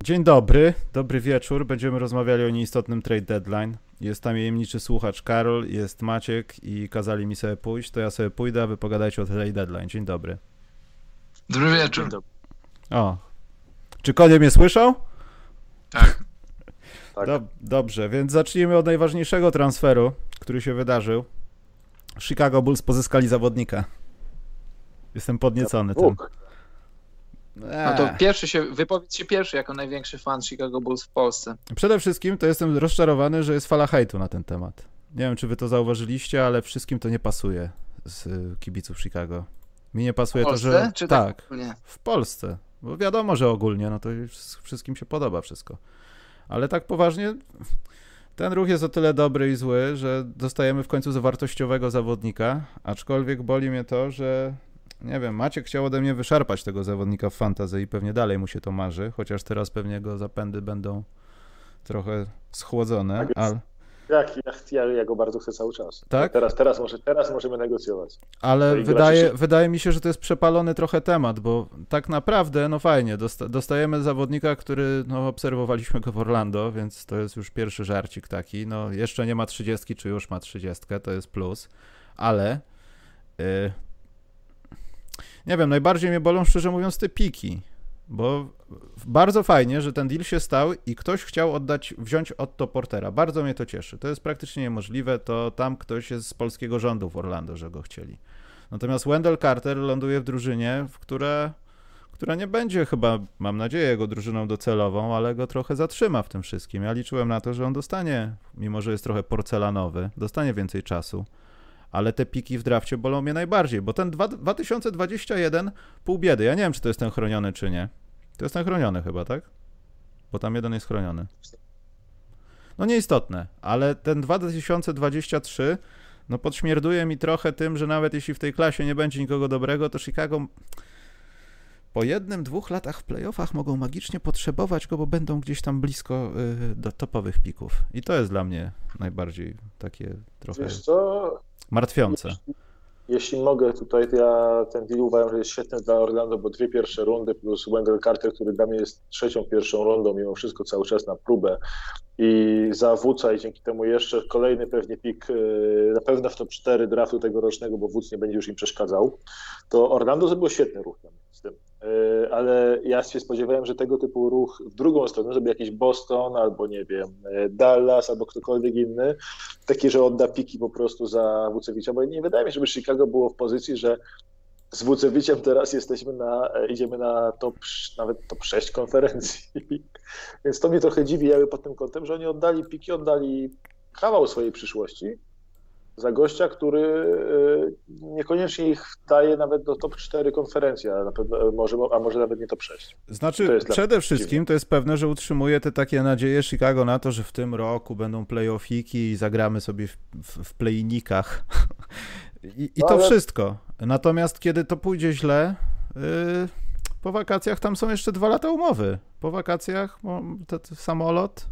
Dzień dobry, dobry wieczór. Będziemy rozmawiali o nieistotnym trade deadline. Jest tajemniczy słuchacz Karol, jest Maciek i kazali mi sobie pójść, to ja sobie pójdę, a wy pogadajcie o trade deadline. Dzień dobry. Dobry wieczór. O, czy konie mnie słyszą? Tak. Tak. Dobrze, więc zacznijmy od najważniejszego transferu, który się wydarzył. Chicago Bulls pozyskali zawodnika. Jestem podniecony tym. No to wypowiedz się pierwszy jako największy fan Chicago Bulls w Polsce. Przede wszystkim to jestem rozczarowany, że jest fala hejtu na ten temat. Nie wiem, czy wy to zauważyliście, ale wszystkim to nie pasuje z kibiców Chicago. Mi nie pasuje w Polsce, to, że... Czy tak, ogólnie? w Polsce. Bo wiadomo, że ogólnie, no to wszystkim się podoba wszystko. Ale tak poważnie, ten ruch jest o tyle dobry i zły, że dostajemy w końcu zawartościowego zawodnika, aczkolwiek boli mnie to, że nie wiem, Maciek chciał ode mnie wyszarpać tego zawodnika w fantasy i pewnie dalej mu się to marzy, chociaż teraz pewnie jego zapędy będą trochę schłodzone, Tak ale... Ja go bardzo chcę cały czas. Tak? Teraz możemy negocjować. Ale No i wydaje mi się, że to jest przepalony trochę temat, bo tak naprawdę, no fajnie, dostajemy zawodnika, który, no obserwowaliśmy go w Orlando, więc to jest już pierwszy żarcik taki, no jeszcze nie ma 30, czy już ma 30, to jest plus, ale nie wiem, najbardziej mnie bolą, szczerze mówiąc, te piki, bo bardzo fajnie, że ten deal się stał i ktoś chciał wziąć Otto Portera. Bardzo mnie to cieszy. To jest praktycznie niemożliwe, to tam ktoś jest z polskiego rządu w Orlando, że go chcieli. Natomiast Wendell Carter ląduje w drużynie, która nie będzie chyba, mam nadzieję, jego drużyną docelową, ale go trochę zatrzyma w tym wszystkim. Ja liczyłem na to, że on dostanie, mimo że jest trochę porcelanowy, dostanie więcej czasu. Ale te piki w drafcie bolą mnie najbardziej, bo ten 2021 pół biedy. Ja nie wiem, czy to jest ten chroniony, czy nie. To jest ten chroniony chyba, tak? Bo tam jeden jest chroniony. No nieistotne, ale ten 2023 no podśmierduje mi trochę tym, że nawet jeśli w tej klasie nie będzie nikogo dobrego, to Chicago po 1-2 latach w playoffach mogą magicznie potrzebować go, bo będą gdzieś tam blisko do topowych pików. I to jest dla mnie najbardziej takie trochę martwiące. Jeśli mogę tutaj, to ja ten deal uważam, że jest świetny dla Orlando, bo 2 pierwsze rundy plus Wendell Carter, który dla mnie jest 3. pierwszą rundą, mimo wszystko cały czas na próbę i za Woods'a i dzięki temu jeszcze kolejny pewnie pik, na pewno w top 4 draftu tegorocznego, bo Woods nie będzie już im przeszkadzał, to Orlando zrobiło świetny ruch z tym. Ale ja się spodziewałem, że tego typu ruch w drugą stronę zrobi jakiś Boston albo nie wiem, Dallas albo ktokolwiek inny, taki, że odda piki po prostu za Vucevicza, bo nie wydaje mi się, żeby Chicago było w pozycji, że z Vuceviciem teraz idziemy na nawet top 6 konferencji, więc to mnie trochę dziwi jakby pod tym kątem, że oni oddali piki, oddali kawał swojej przyszłości za gościa, który niekoniecznie ich daje nawet do top 4 konferencji, a może nawet nie top 6. Znaczy, przede wszystkim to jest pewne, że utrzymuje te takie nadzieje Chicago na to, że w tym roku będą playoffiki i zagramy sobie w play-inikach. I to wszystko. Natomiast kiedy to pójdzie źle, po wakacjach tam są jeszcze 2 lata umowy. Po wakacjach samolot...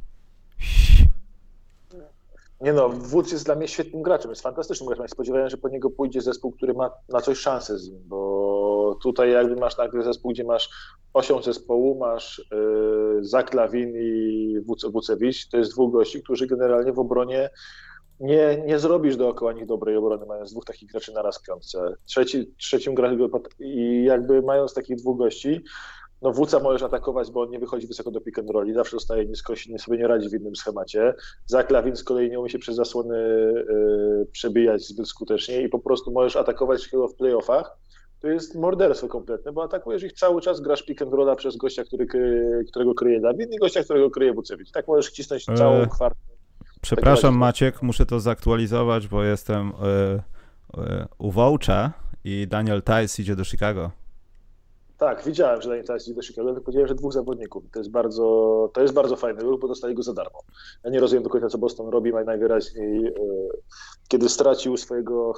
Nie no, Woods jest dla mnie świetnym graczem, jest fantastycznym graczem. Spodziewałem się, że po niego pójdzie zespół, który ma na coś szansę z nim, bo tutaj jakby masz nagle zespół, gdzie masz 8 zespołu, masz Zach LaVine i Vucevic, to jest 2 gości, którzy generalnie w obronie nie zrobisz dookoła nich dobrej obrony, mając 2 takich graczy naraz w piątce. Trzecim graczem i jakby mając takich 2 gości, no Woods'a możesz atakować, bo on nie wychodzi wysoko do pick and rolli, zawsze zostaje nisko, sobie nie radzi w innym schemacie. Zach LaVine z kolei nie umie się przez zasłony przebijać zbyt skutecznie i po prostu możesz atakować wszystkiego w playoffach. To jest morderstwo kompletne, bo atakujesz ich cały czas, grasz pick and rolla przez gościa, którego kryje LaVine i gościa, którego kryje Vucevic. Tak możesz wcisnąć całą kwartę. Przepraszam Maciek, muszę to zaktualizować, bo jestem u Wołcza i Daniel Tice idzie do Chicago. Tak, widziałem, że Daniel Tice idzie do Chicago, ale powiedziałem, że 2 zawodników. To jest bardzo fajny ruch, bo dostali go za darmo. Ja nie rozumiem do końca, co Boston robi, najwyraźniej kiedy stracił swojego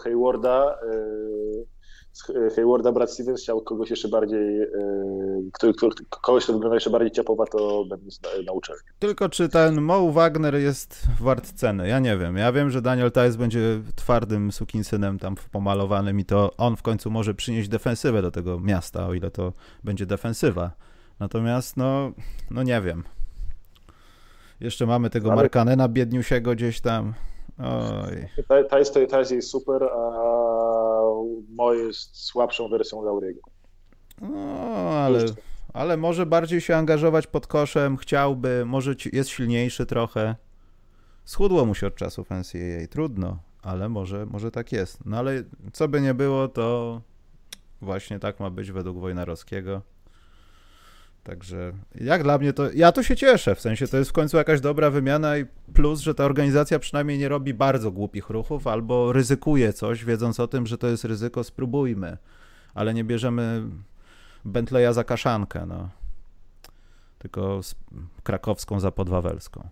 Haywarda Brad Stevens chciał kogoś jeszcze bardziej, kogoś, kto wygląda jeszcze bardziej ciapowato na uczelni. Tylko czy ten Mo Wagner jest wart ceny? Ja nie wiem. Ja wiem, że Daniel Tice będzie twardym sukinsynem tam pomalowanym i to on w końcu może przynieść defensywę do tego miasta, o ile to będzie defensywa. Natomiast, no nie wiem. Jeszcze mamy tego Markkanena biedniusiego gdzieś tam. Oj. Tajs jest super, a Mo jest słabszą wersją Lauriego. No, ale może bardziej się angażować pod koszem, chciałby, może jest silniejszy trochę. Schudło mu się od czasów NCAA, trudno, ale może tak jest. No ale co by nie było, to właśnie tak ma być według Wojnarowskiego. Także jak dla mnie to, ja to się cieszę, w sensie to jest w końcu jakaś dobra wymiana i plus, że ta organizacja przynajmniej nie robi bardzo głupich ruchów albo ryzykuje coś, wiedząc o tym, że to jest ryzyko, spróbujmy, ale nie bierzemy Bentleya za kaszankę, no. Tylko krakowską za podwawelską.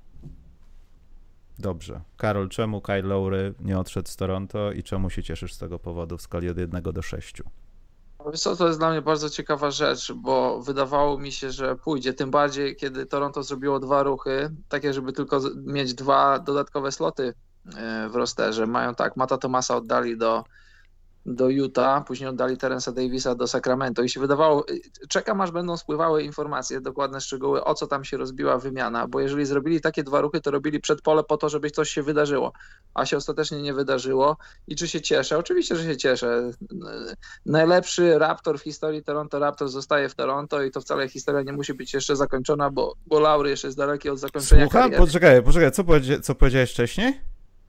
Dobrze. Karol, czemu Kyle Lowry nie odszedł z Toronto i czemu się cieszysz z tego powodu w skali od 1 do 6? Wiesz co, to jest dla mnie bardzo ciekawa rzecz, bo wydawało mi się, że pójdzie, tym bardziej kiedy Toronto zrobiło 2 ruchy, takie żeby tylko mieć 2 dodatkowe sloty w rosterze. Mają tak, Matta Thomasa oddali do Utah, później oddali Terence'a Davisa do Sacramento i się wydawało, czekam aż będą spływały informacje, dokładne szczegóły, o co tam się rozbiła wymiana, bo jeżeli zrobili takie 2 ruchy, to robili przedpole po to, żeby coś się wydarzyło, a się ostatecznie nie wydarzyło. I czy się cieszę? Oczywiście, że się cieszę. Najlepszy Raptor w historii Toronto Raptors zostaje w Toronto i to wcale historia nie musi być jeszcze zakończona, bo Lowry jeszcze jest daleki od zakończenia kariery. Poczekaj, co powiedziałeś wcześniej?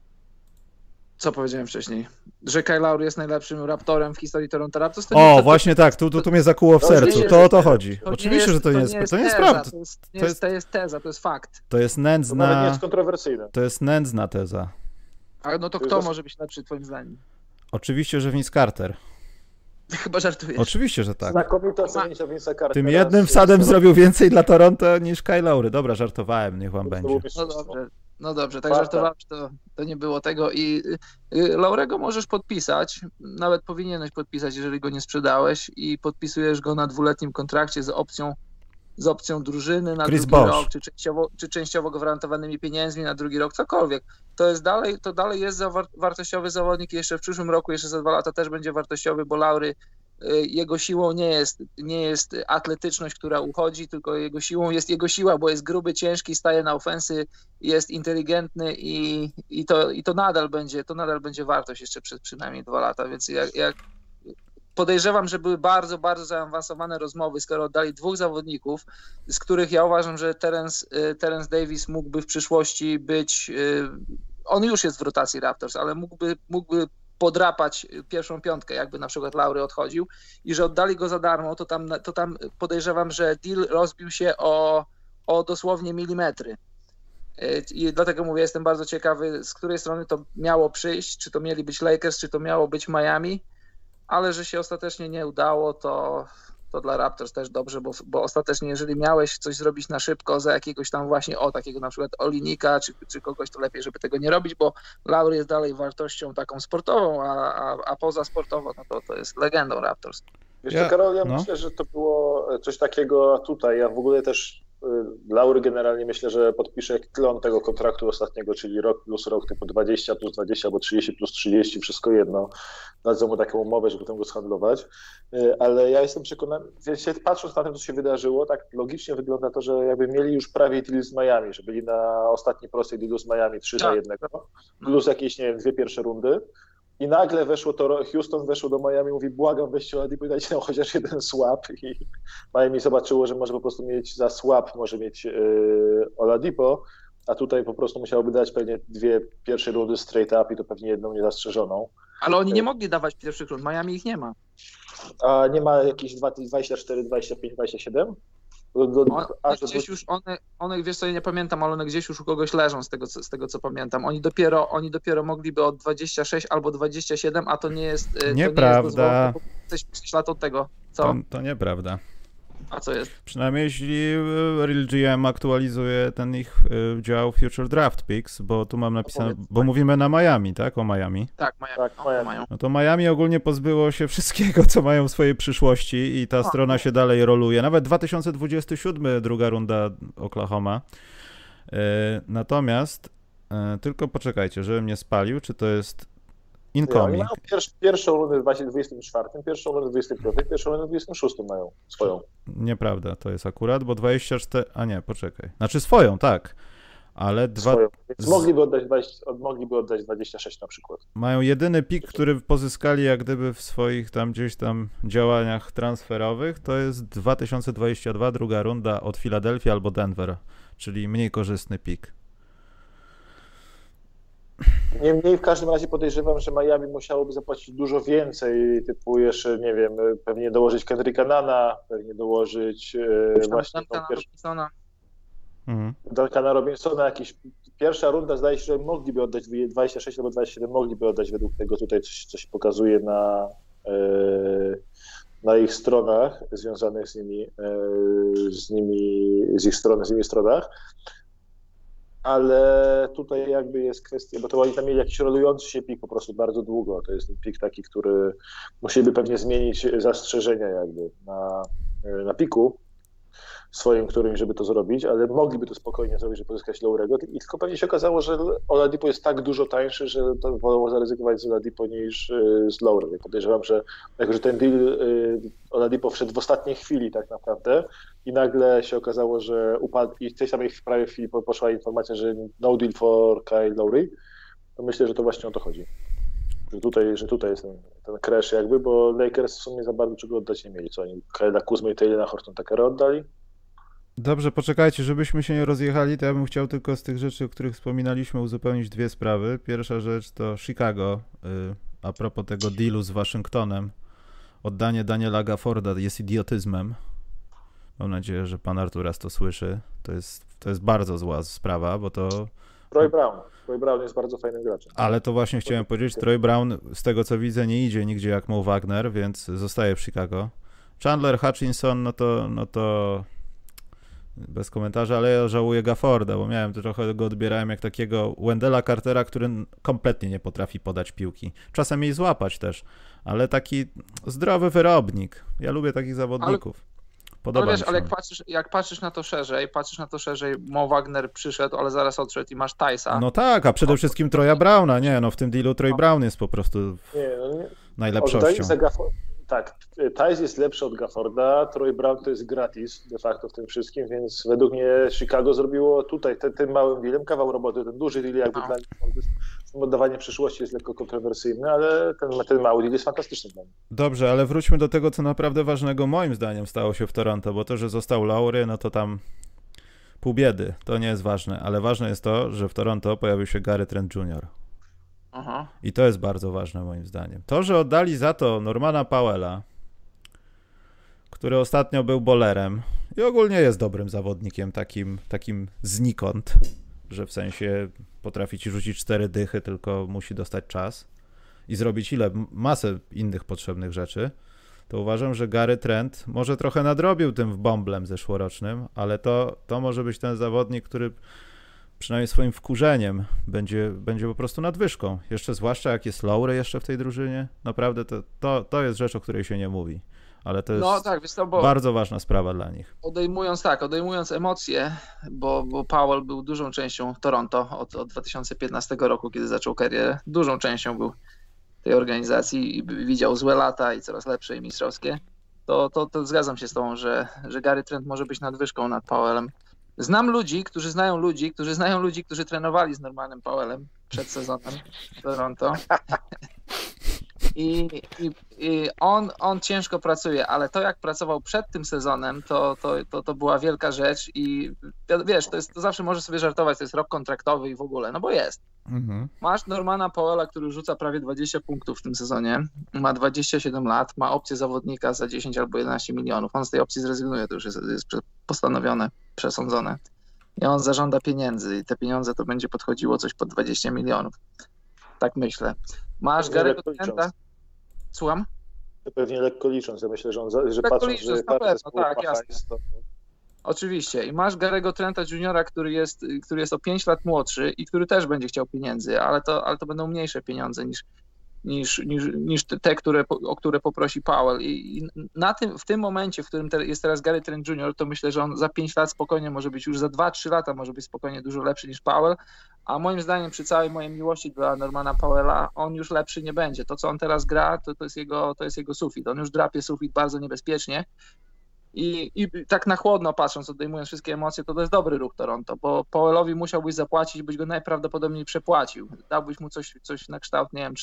Co powiedziałem wcześniej? Że Kyle Lowry jest najlepszym Raptorem w historii Toronto Raptors? Właśnie tak, tu mnie zakuło w sercu, to o to chodzi. Oczywiście, że to nie jest prawda. To jest teza, to jest fakt. To jest nędzna... To nawet nie jest kontrowersyjne. To jest nędzna teza. A no to kto może być lepszy twoim zdaniem? Oczywiście, że Vince Carter. Chyba żartujesz. Oczywiście, że tak. Znakomita zajęcia Vince'a Cartera. Tym jednym wsadem zrobił więcej dla Toronto niż Kyle Lowry. Dobra, żartowałem, niech wam będzie. No dobrze, tak żartowałem, że to nie było tego i Lowrego możesz podpisać, nawet powinieneś podpisać, jeżeli go nie sprzedałeś i podpisujesz go na 2-letnim kontrakcie z opcją drużyny na Chris drugi Bosh. rok, czy częściowo gwarantowanymi pieniędzmi na drugi rok, cokolwiek. To dalej jest wartościowy zawodnik i jeszcze w przyszłym roku, jeszcze za 2 lata też będzie wartościowy, bo Lowry, jego siłą nie jest atletyczność, która uchodzi, tylko jego siłą jest jego siła, bo jest gruby, ciężki, staje na ofensy, jest inteligentny i to nadal będzie wartość jeszcze przez przynajmniej 2 lata, więc jak podejrzewam, że były bardzo, bardzo zaawansowane rozmowy, skoro oddali 2 zawodników, z których ja uważam, że Terence Davis mógłby w przyszłości być, on już jest w rotacji Raptors, ale mógłby podrapać pierwszą 5, jakby na przykład Lowry odchodził i że oddali go za darmo, to tam podejrzewam, że deal rozbił się o dosłownie milimetry. I dlatego mówię, jestem bardzo ciekawy, z której strony to miało przyjść, czy to mieli być Lakers, czy to miało być Miami, ale że się ostatecznie nie udało, to dla Raptors też dobrze, bo ostatecznie jeżeli miałeś coś zrobić na szybko za jakiegoś tam właśnie takiego na przykład Olinika czy kogoś, to lepiej, żeby tego nie robić, bo Lowry jest dalej wartością taką sportową, a poza sportową, no to jest legendą Raptors. Wiesz co, Karol, myślę, że to było coś takiego tutaj. Ja w ogóle też Lowry generalnie myślę, że podpisze klon tego kontraktu ostatniego, czyli rok plus rok, typu 20 plus 20 albo 30 plus 30, wszystko jedno. Dadzą mu taką umowę, żeby potem go zhandlować. Ale ja jestem przekonany, wiecie, patrząc na to, co się wydarzyło, tak logicznie wygląda to, że jakby mieli już prawie deal z Miami, że byli na ostatniej prostej dealu z Miami 3-1, plus jakieś, nie wiem, 2 pierwsze rundy. I nagle Houston weszło do Miami i mówi, błagam, weźcie Oladipo i dajcie nam chociaż jeden swap. I Miami zobaczyło, że może po prostu mieć za swap, może mieć Oladipo, a tutaj po prostu musiałoby dać pewnie 2 pierwsze rundy straight up i to pewnie jedną niezastrzeżoną. Ale oni nie mogli dawać pierwszych rund, Miami ich nie ma. A nie ma jakichś 24, 25, 27? One, wiesz co, ja nie pamiętam, ale one gdzieś już u kogoś leżą z tego co pamiętam. Oni dopiero mogliby od 26 albo 27, a to nie jest... Nieprawda. Jesteś 6 lat od tego. Co? To nieprawda. A co jest? Przynajmniej jeśli Real GM aktualizuje ten ich dział Future Draft Picks, bo tu mam napisane, bo mówimy na Miami, tak? O Miami. Tak, Miami. No to Miami ogólnie pozbyło się wszystkiego, co mają w swojej przyszłości i ta strona się dalej roluje. Nawet 2027 druga runda Oklahoma. Natomiast tylko poczekajcie, żebym nie spalił, czy to jest Incoming. Mają pierwszą rundę w 24, pierwszą rundę w 25, pierwszą rundę w 26 mają swoją. Nieprawda, to jest akurat, bo 24... A nie, poczekaj. Znaczy swoją, tak. Ale Więc mogliby oddać 26 na przykład. Mają jedyny pik, który pozyskali jak gdyby w swoich tam gdzieś tam działaniach transferowych, to jest 2022, druga runda od Filadelfii albo Denver, czyli mniej korzystny pik. Niemniej w każdym razie podejrzewam, że Miami musiałoby zapłacić dużo więcej, typu jeszcze, nie wiem, pewnie dołożyć Kendricka Nana, pewnie dołożyć właśnie Duncana Robinsona, pierwsza runda zdaje się, że mogliby oddać 26 albo 27, mogliby oddać według tego tutaj coś pokazuje na ich stronach związanych z ich stronach. Ale tutaj jakby jest kwestia, bo to oni tam mieli jakiś rolujący się pik po prostu bardzo długo. To jest ten pik taki, który musieliby pewnie zmienić zastrzeżenia jakby na piku swoim którymś, żeby to zrobić, ale mogliby to spokojnie zrobić, żeby pozyskać Lowry'ego i tylko pewnie się okazało, że Oladipo jest tak dużo tańszy, że to wolą zaryzykować z Oladipo niż z Lowry. Podejrzewam, że jako, że ten deal Oladipo wszedł w ostatniej chwili tak naprawdę i nagle się okazało, że upadł i w tej samej prawie chwili poszła informacja, że no deal for Kyle Lowry, to myślę, że to właśnie o to chodzi. Że tutaj jest ten crash jakby, bo Lakers w sumie za bardzo czego oddać nie mieli. Co oni Kyle'a Kuzmę i Taylora Horton Tuckera oddali? Dobrze, poczekajcie, żebyśmy się nie rozjechali, to ja bym chciał tylko z tych rzeczy, o których wspominaliśmy, uzupełnić dwie sprawy. Pierwsza rzecz to Chicago, a propos tego dealu z Waszyngtonem. Oddanie Daniela Gafforda jest idiotyzmem. Mam nadzieję, że pan Arturas to słyszy. To jest bardzo zła sprawa, bo to... Troy Brown jest bardzo fajnym graczem. Ale to właśnie chciałem powiedzieć, Troy Brown z tego co widzę nie idzie nigdzie jak Mo Wagner, więc zostaje w Chicago. Chandler Hutchinson, no to bez komentarza, ale ja żałuję Gafforda, bo trochę go odbierałem jak takiego Wendella Cartera, który kompletnie nie potrafi podać piłki. Czasem jej złapać też, ale taki zdrowy wyrobnik. Ja lubię takich zawodników. Ale jak patrzysz na to szerzej, Mo Wagner przyszedł, ale zaraz odszedł i masz Tysa. No tak, a przede wszystkim Troya Browna, w tym dealu Troy Brown jest po prostu najlepszością. Tak, Tice jest lepszy od Gafforda, Troy Brown to jest gratis de facto w tym wszystkim, więc według mnie Chicago zrobiło tutaj tym małym dealem kawał roboty. Ten duży deal jakby dla nich, oddawanie przyszłości jest lekko kontrowersyjny, ale ten mały deal jest fantastyczny dla mnie. Dobrze, ale wróćmy do tego, co naprawdę ważnego moim zdaniem stało się w Toronto, bo to, że został Lowry, no to tam pół biedy, to nie jest ważne, ale ważne jest to, że w Toronto pojawił się Gary Trent Jr. Aha. I to jest bardzo ważne moim zdaniem. To, że oddali za to Normana Powella, który ostatnio był bowlerem i ogólnie jest dobrym zawodnikiem, takim znikąd, że w sensie potrafi ci rzucić 4 dychy, tylko musi dostać czas i zrobić masę innych potrzebnych rzeczy, to uważam, że Gary Trent może trochę nadrobił tym bąblem zeszłorocznym, ale to może być ten zawodnik, który przynajmniej swoim wkurzeniem będzie po prostu nadwyżką. Jeszcze zwłaszcza jak jest Lowry jeszcze w tej drużynie. Naprawdę to jest rzecz, o której się nie mówi. Ale to jest bardzo ważna sprawa dla nich. Odejmując emocje, bo Powell był dużą częścią Toronto od 2015 roku, kiedy zaczął karierę. Dużą częścią był tej organizacji i widział złe lata i coraz lepsze i mistrzowskie. To zgadzam się z tobą, że Gary Trent może być nadwyżką nad Powellem. Znam ludzi, którzy znają ludzi, którzy trenowali z Normanem Powellem przed sezonem w Toronto. I on ciężko pracuje, ale to jak pracował przed tym sezonem, to była wielka rzecz i wiesz, to zawsze możesz sobie żartować, to jest rok kontraktowy i w ogóle, no bo jest. Mhm. Masz Normana Powella, który rzuca prawie 20 punktów w tym sezonie, ma 27 lat, ma opcję zawodnika za 10 albo 11 milionów, on z tej opcji zrezygnuje, to już jest postanowione, przesądzone i on zażąda pieniędzy i te pieniądze to będzie podchodziło coś pod 20 milionów. Tak myślę. Masz Gary'ego Trenta? Słucham? Pewnie lekko licząc. Ja myślę, że patrząc, że parę zespołów tak, jasne. To... Oczywiście. I masz Gary'ego Trenta Juniora, który jest o 5 lat młodszy i który też będzie chciał pieniędzy, ale to będą mniejsze pieniądze niż te, o które poprosi Powell. I w tym momencie, w którym jest teraz Gary Trent Jr., to myślę, że on za 5 lat spokojnie może być, już za 2-3 lata może być spokojnie dużo lepszy niż Powell, a moim zdaniem przy całej mojej miłości dla Normana Powella on już lepszy nie będzie. To, co on teraz gra, to jest jego sufit. On już drapie sufit bardzo niebezpiecznie. I tak na chłodno patrząc, odejmując wszystkie emocje, to jest dobry ruch Toronto, bo Powellowi musiałbyś zapłacić, byś go najprawdopodobniej przepłacił. Dałbyś mu coś na kształt, nie wiem,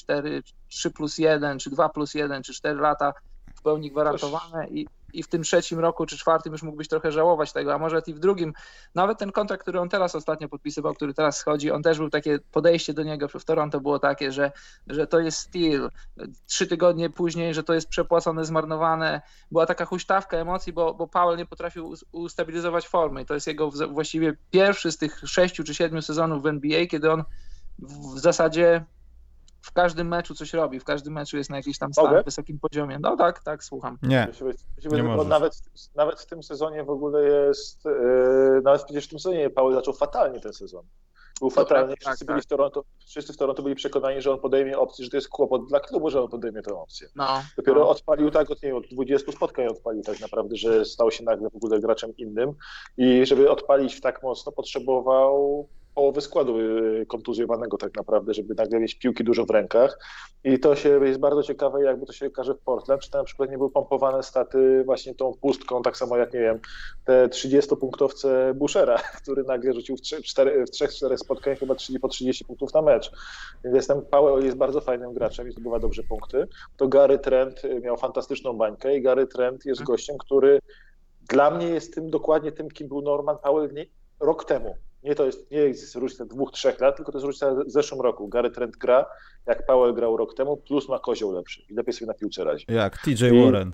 3+1, czy 2+1, czy 4 lata w pełni gwarantowane i w tym 3. roku czy 4 już mógłbyś trochę żałować tego, a może i w 2. Nawet ten kontrakt, który on teraz ostatnio podpisywał, który teraz schodzi, on też był takie, podejście do niego w Toronto było takie, że to jest steal. 3 tygodnie później, że to jest przepłacone, zmarnowane. Była taka huśtawka emocji, bo Powell nie potrafił ustabilizować formy i to jest jego właściwie pierwszy z tych 6 czy 7 sezonów w NBA, kiedy on w zasadzie w każdym meczu coś robi, w każdym meczu jest na jakimś tam wysokim poziomie. No tak, słucham. Nie nawet w tym sezonie w ogóle jest, nawet przecież w tym sezonie Powell zaczął fatalnie ten sezon. Był fatalny, wszyscy w Toronto byli przekonani, że on podejmie opcję, że to jest kłopot dla klubu, że on podejmie tę opcję. Dopiero odpalił tak, od 20 spotkań odpalił tak naprawdę, że stał się nagle w ogóle graczem innym i żeby odpalić tak mocno potrzebował połowy składu kontuzjowanego tak naprawdę, żeby nagle mieć piłki dużo w rękach i to jest bardzo ciekawe, jakby to się okaże w Portland, czy tam na przykład nie były pompowane staty właśnie tą pustką, tak samo jak, nie wiem, te 30-punktowce Bushera, który nagle rzucił w 3-4 spotkań chyba po 30 punktów na mecz. Więc Powell jest bardzo fajnym graczem i zdobywa dobrze punkty. To Gary Trent miał fantastyczną bańkę i Gary Trent jest gościem, który dla mnie jest dokładnie tym, kim był Norman Powell rok temu. Nie jest różnica 2-3 lat, tylko to jest różnica w zeszłym roku. Gary Trent gra, jak Powell grał rok temu, plus ma kozioł lepszy i lepiej sobie na piłce radzi. Jak TJ Warren.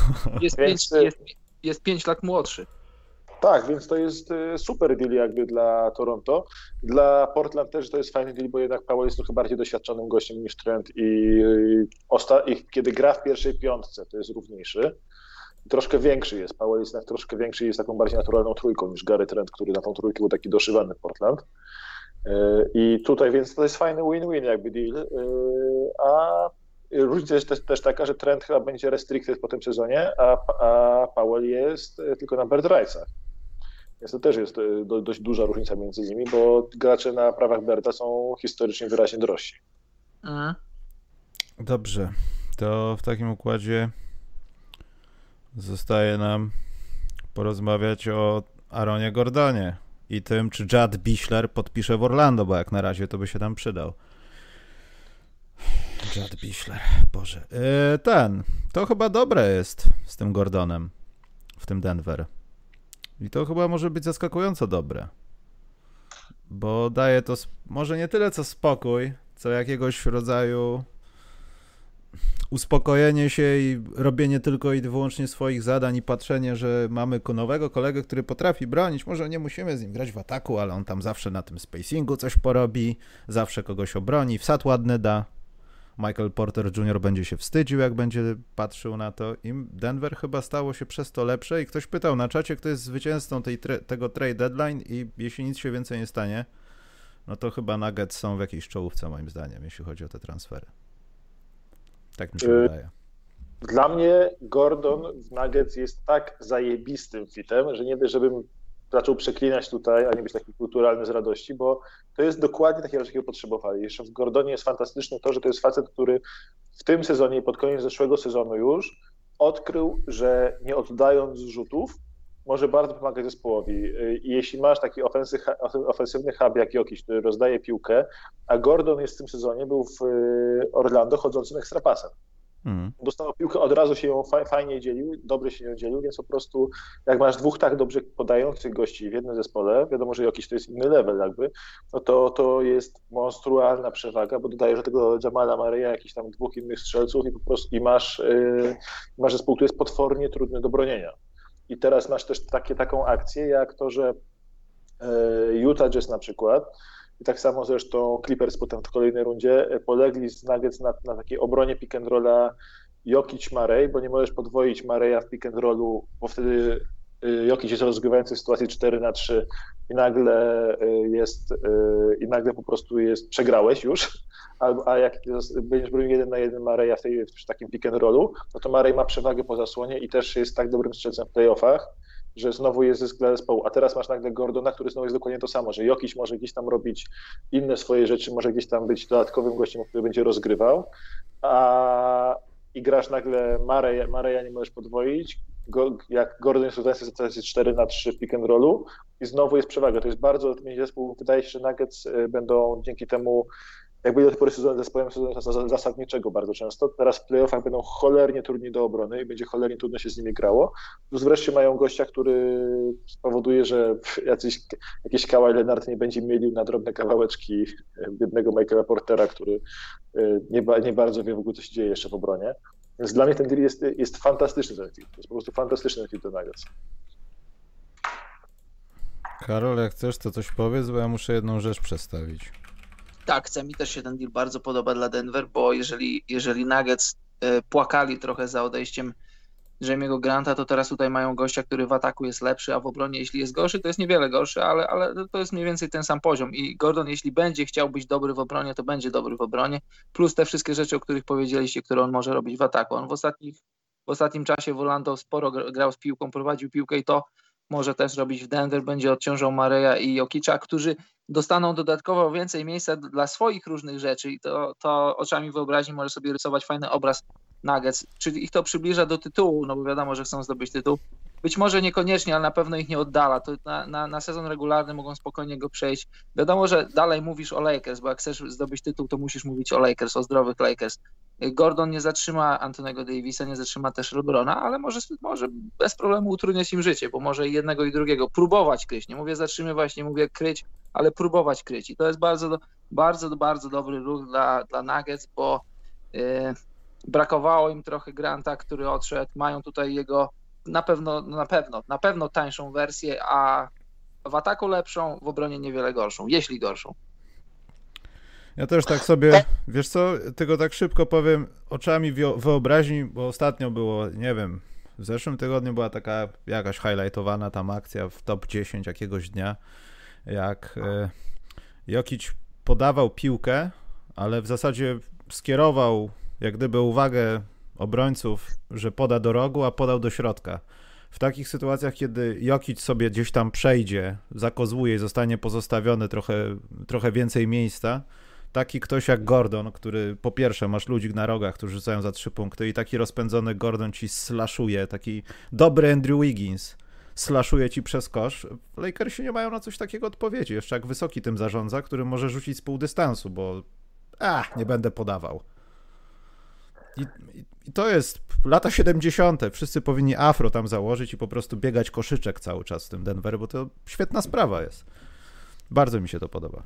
Jest 5 lat młodszy. Tak, więc to jest super deal jakby dla Toronto. Dla Portland też to jest fajny deal, bo jednak Powell jest trochę bardziej doświadczonym gościem niż Trent i kiedy gra w pierwszej piątce, to jest równiejszy. Troszkę większy jest. Powell jest troszkę większy i jest taką bardziej naturalną trójką niż Gary Trent, który na tą trójkę był taki doszywany w Portland. I tutaj więc to jest fajny win-win jakby deal. A różnica jest też taka, że Trent chyba będzie restricted po tym sezonie, a Powell jest tylko na bird rightsach. Więc to też jest dość duża różnica między nimi, bo gracze na prawach birda są historycznie wyraźnie drożsi. Dobrze, to w takim układzie zostaje nam porozmawiać o Aaronie Gordonie i tym, czy Jad Bichler podpisze w Orlando, bo jak na razie to by się tam przydał. Jad Bichler, Boże. To chyba dobre jest z tym Gordonem w tym Denver. I to chyba może być zaskakująco dobre. Bo daje to może nie tyle co spokój, co jakiegoś rodzaju uspokojenie się i robienie tylko i wyłącznie swoich zadań i patrzenie, że mamy nowego kolegę, który potrafi bronić. Może nie musimy z nim grać w ataku, ale on tam zawsze na tym spacingu coś porobi, zawsze kogoś obroni, wsad ładny da. Michael Porter Jr. będzie się wstydził, jak będzie patrzył na to. I Denver chyba stało się przez to lepsze i ktoś pytał na czacie, kto jest zwycięzcą tego trade deadline i jeśli nic się więcej nie stanie, no to chyba Nuggets są w jakiejś czołówce moim zdaniem, jeśli chodzi o te transfery. Tak mi się wydaje. Dla mnie Gordon w Nuggets jest tak zajebistym fitem, że nie żebym zaczął przeklinać tutaj, a nie być taki kulturalny z radości, bo to jest dokładnie takie, jakiego potrzebowali. Jeszcze w Gordonie jest fantastyczne to, że to jest facet, który w tym sezonie i pod koniec zeszłego sezonu już odkrył, że nie oddając rzutów może bardzo pomagać zespołowi. I jeśli masz taki ofensywny hub jak Jokic, który rozdaje piłkę, a Gordon jest w tym sezonie, był w Orlando chodzącym ekstrapasem. Dostał piłkę, od razu się ją fajnie dzielił, dobrze się ją dzielił, więc po prostu jak masz dwóch tak dobrze podających gości w jednym zespole, wiadomo, że Jokic to jest inny level jakby, no to jest monstrualna przewaga, bo dodajesz do tego Jamala Murray'a jakichś tam dwóch innych strzelców i po prostu masz zespół, który jest potwornie trudny do bronienia. I teraz masz też taką akcję, jak to, że Utah Jazz na przykład, i tak samo zresztą Clippers potem w kolejnej rundzie polegli z Nuggets na takiej obronie pick and rolla Jokic Murray, bo nie możesz podwoić Murray'a w pick and rollu, bo wtedy Jokic jest rozgrywający w sytuacji 4-3 i nagle po prostu przegrałeś już, a jak będziesz bronił 1-1 Mareja w takim pick and rollu, no to Marej ma przewagę po zasłonie i też jest tak dobrym strzelcem w playoffach, że znowu jest zysk dla zespołu, a teraz masz nagle Gordona, który znowu jest dokładnie to samo, że Jokic może gdzieś tam robić inne swoje rzeczy, może gdzieś tam być dodatkowym gościem, który będzie rozgrywał, i grasz nagle Mareja nie możesz podwoić, jak Gordon jest w sytuacji 4-3 w pick and rollu i znowu jest przewaga. To jest bardzo zespół, wydaje się, że Nuggets będą dzięki temu, jak byli do tej pory zespołem sezonu zasadniczego bardzo często, teraz w playoffach będą cholernie trudni do obrony i będzie cholernie trudno się z nimi grało. Plus wreszcie mają gościa, który spowoduje, że jakiś Kawhi Leonard nie będzie mielił na drobne kawałeczki biednego Michaela Portera, który nie bardzo wie w ogóle, co się dzieje jeszcze w obronie. Więc dla mnie ten deal jest fantastyczny ten film. To jest po prostu fantastyczny film do Nuggets. Karol, jak chcesz, to coś powiedz, bo ja muszę jedną rzecz przedstawić. Tak, chcę, mi też się ten deal bardzo podoba dla Denver, bo jeżeli Nuggets płakali trochę za odejściem Jamie'ego Granta, to teraz tutaj mają gościa, który w ataku jest lepszy, a w obronie, jeśli jest gorszy, to jest niewiele gorszy, ale to jest mniej więcej ten sam poziom. I Gordon, jeśli będzie chciał być dobry w obronie, to będzie dobry w obronie, plus te wszystkie rzeczy, o których powiedzieliście, które on może robić w ataku. On w ostatnim czasie w Orlando sporo grał z piłką, prowadził piłkę i to może też robić w Denver, będzie odciążał Mareja i Jokicza, którzy dostaną dodatkowo więcej miejsca dla swoich różnych rzeczy i to oczami wyobraźni może sobie rysować fajny obraz Nuggets, czyli ich to przybliża do tytułu, no bo wiadomo, że chcą zdobyć tytuł. Być może niekoniecznie, ale na pewno ich nie oddala. To na sezon regularny mogą spokojnie go przejść. Wiadomo, że dalej mówisz o Lakers, bo jak chcesz zdobyć tytuł, to musisz mówić o Lakers, o zdrowych Lakers. Gordon nie zatrzyma Anthony'ego Davisa, nie zatrzyma też LeBrona, ale może bez problemu utrudniać im życie, bo może jednego i drugiego próbować kryć. Nie mówię zatrzymywać, nie mówię kryć, ale próbować kryć. I to jest bardzo, bardzo, bardzo dobry ruch dla Nuggets, bo brakowało im trochę Granta, który odszedł. Mają tutaj jego na pewno tańszą wersję, a w ataku lepszą, w obronie niewiele gorszą, jeśli gorszą. Ja też tak sobie, wiesz co, tylko tak szybko powiem, oczami wyobraźni, bo ostatnio było, nie wiem, w zeszłym tygodniu była taka jakaś highlightowana tam akcja w top 10 jakiegoś dnia, jak Jokic podawał piłkę, ale w zasadzie skierował jak gdyby uwagę obrońców, że poda do rogu, a podał do środka. W takich sytuacjach, kiedy Jokic sobie gdzieś tam przejdzie, zakozłuje i zostanie pozostawione trochę więcej miejsca, taki ktoś jak Gordon, który po pierwsze masz ludzi na rogach, którzy rzucają za 3 punkty i taki rozpędzony Gordon ci slashuje, taki dobry Andrew Wiggins slashuje ci przez kosz. Lakersi nie mają na coś takiego odpowiedzi, jeszcze jak Wysoki tym zarządza, który może rzucić z pół dystansu, bo nie będę podawał. I to jest lata 70. Wszyscy powinni afro tam założyć i po prostu biegać koszyczek cały czas w tym Denver, bo to świetna sprawa jest. Bardzo mi się to podoba.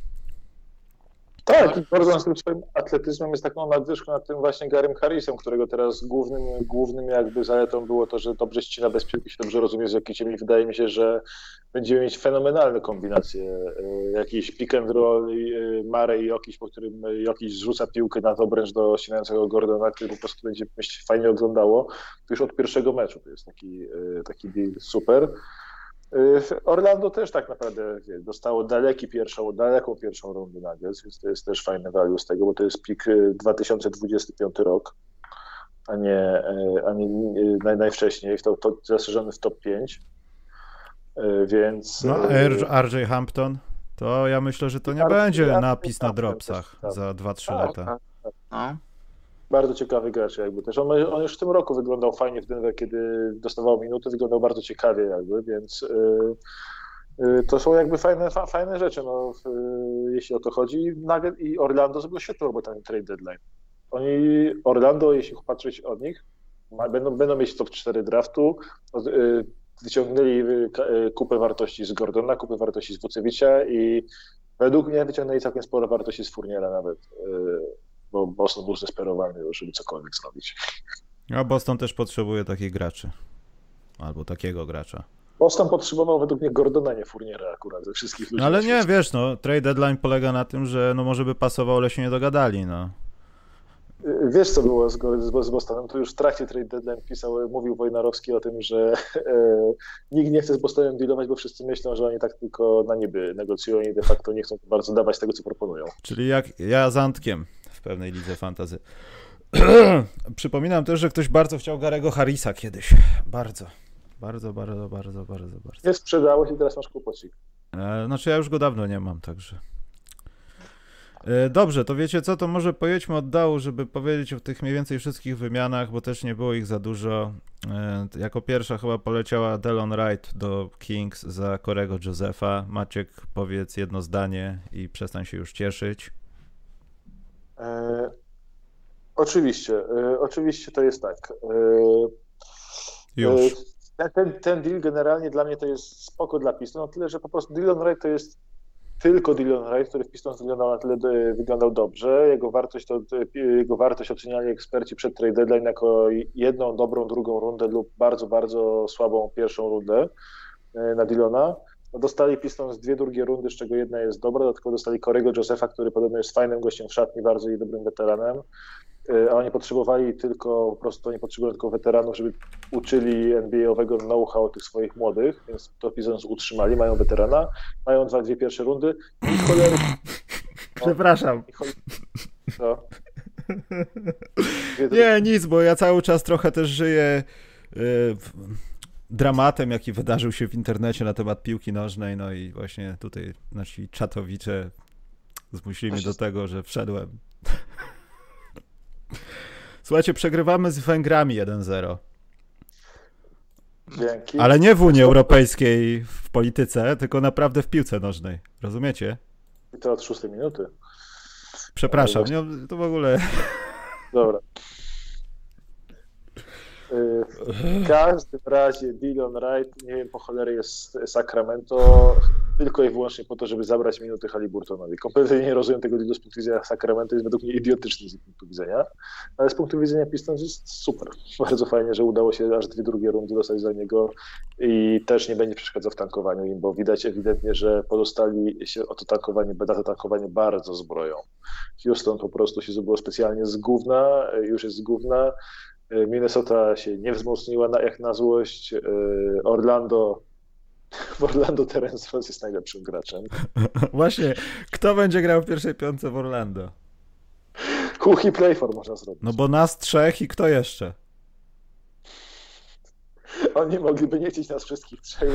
Tak, Gordon z tym swoim atletyzmem jest taką nadwyżką nad tym właśnie Garym Harrisem, którego teraz głównym jakby zaletą było to, że dobrze ścina bez piłki, się dobrze rozumie z Jokiciem i wydaje mi się, że będziemy mieć fenomenalne kombinacje. Jakiś pick and roll, Murray i Jokic, po którym Jokic zrzuca piłkę na obręcz do ścinającego Gordona, który po prostu będzie się fajnie oglądało. To już od pierwszego meczu to jest taki deal super. Orlando też tak naprawdę dostało daleką pierwszą rundę Nuggets, więc to jest też fajne value z tego, bo to jest pick 2025 rok, a nie najwcześniej, zastrzeżony w top 5, więc... No, RJ Hampton, to ja myślę, że to nie będzie napis na dropsach za 2-3 lata. No. Bardzo ciekawy gracz jakby też. On już w tym roku wyglądał fajnie w Denver, kiedy dostawał minuty, wyglądał bardzo ciekawie jakby, więc to są jakby fajne rzeczy, no, jeśli o to chodzi. Nugget i Orlando zrobiło świetną robotę na trade deadline. Orlando, jeśli patrzeć od nich, będą mieć top 4 draftu, wyciągnęli kupę wartości z Gordona, kupę wartości z Wucewicza i według mnie wyciągnęli całkiem sporo wartości z Fourniera nawet. Bo Boston był zdesperowany już, żeby cokolwiek zrobić. A Boston też potrzebuje takich graczy. Albo takiego gracza. Boston potrzebował według mnie Gordona, nie Fourniera akurat ze wszystkich ludzi. Ale nie, wiesz, no, trade deadline polega na tym, że no może by pasował, ale się nie dogadali, no. Wiesz, co było z Bostonem? To już w trakcie trade deadline mówił Wojnarowski o tym, że nikt nie chce z Bostonem dealować, bo wszyscy myślą, że oni tak tylko na niby negocjują i de facto nie chcą bardzo dawać tego, co proponują. Czyli jak ja z Antkiem w pewnej lidze fantasy. Przypominam też, że ktoś bardzo chciał Gary'ego Harrisa kiedyś. Bardzo. Nie sprzedałeś i teraz masz kłopocik. Znaczy ja już go dawno nie mam, także... Dobrze, to wiecie co, to może pojedźmy od dołu, żeby powiedzieć o tych mniej więcej wszystkich wymianach, bo też nie było ich za dużo. Jako pierwsza chyba poleciała Delon Wright do Kings za Corego Josepha. Maciek, powiedz jedno zdanie i przestań się już cieszyć. Oczywiście to jest tak. Już. Ten deal generalnie dla mnie to jest spoko dla Pistons, tyle, że po prostu Delon Wright to jest tylko Delon Wright, który w Pistons wyglądał dobrze. Jego wartość oceniali eksperci przed trade deadline jako jedną dobrą drugą rundę lub bardzo, bardzo słabą pierwszą rundę na Delona. Dostali Pistons 2 drugie rundy, z czego jedna jest dobra, dodatkowo dostali Corego Josepha, który podobno jest fajnym gościem w szatni, bardzo i dobrym weteranem. A oni potrzebowali tylko weteranów, żeby uczyli NBA-owego know-how tych swoich młodych, więc to Pistons utrzymali, mają weterana, mają 2 pierwsze rundy i cholery... Przepraszam. Nie, nic, bo ja cały czas trochę też żyję dramatem, jaki wydarzył się w internecie na temat piłki nożnej, no i właśnie tutaj nasi czatowicze zmusili mnie do tego, że wszedłem. Słuchajcie, przegrywamy z Węgrami 1-0. Dzięki. Ale nie w Unii Europejskiej w polityce, tylko naprawdę w piłce nożnej. Rozumiecie? I to od 6 minuty. Przepraszam, to w ogóle... Dobra. W każdym razie Delon Wright, nie wiem po cholery jest Sacramento, tylko i wyłącznie po to, żeby zabrać minuty Haliburtonowi. Kompletnie nie rozumiem tego dealu z punktu widzenia Sacramento, jest według mnie idiotyczny z punktu widzenia, ale z punktu widzenia Pistons jest super. Bardzo fajnie, że udało się aż 2 drugie rundy dostać za niego i też nie będzie przeszkadzał w tankowaniu im, bo widać ewidentnie, że pozostali się o to tankowanie bardzo zbroją. Houston po prostu się zrobiło specjalnie z gówna, już jest z gówna. Minnesota się nie wzmocniła jak na złość. W Orlando Terence Ross jest najlepszym graczem. Właśnie, kto będzie grał w pierwszej piątce w Orlando? Who he play for można zrobić. No bo nas 3 i kto jeszcze? Oni mogliby nie chcieć nas wszystkich 3.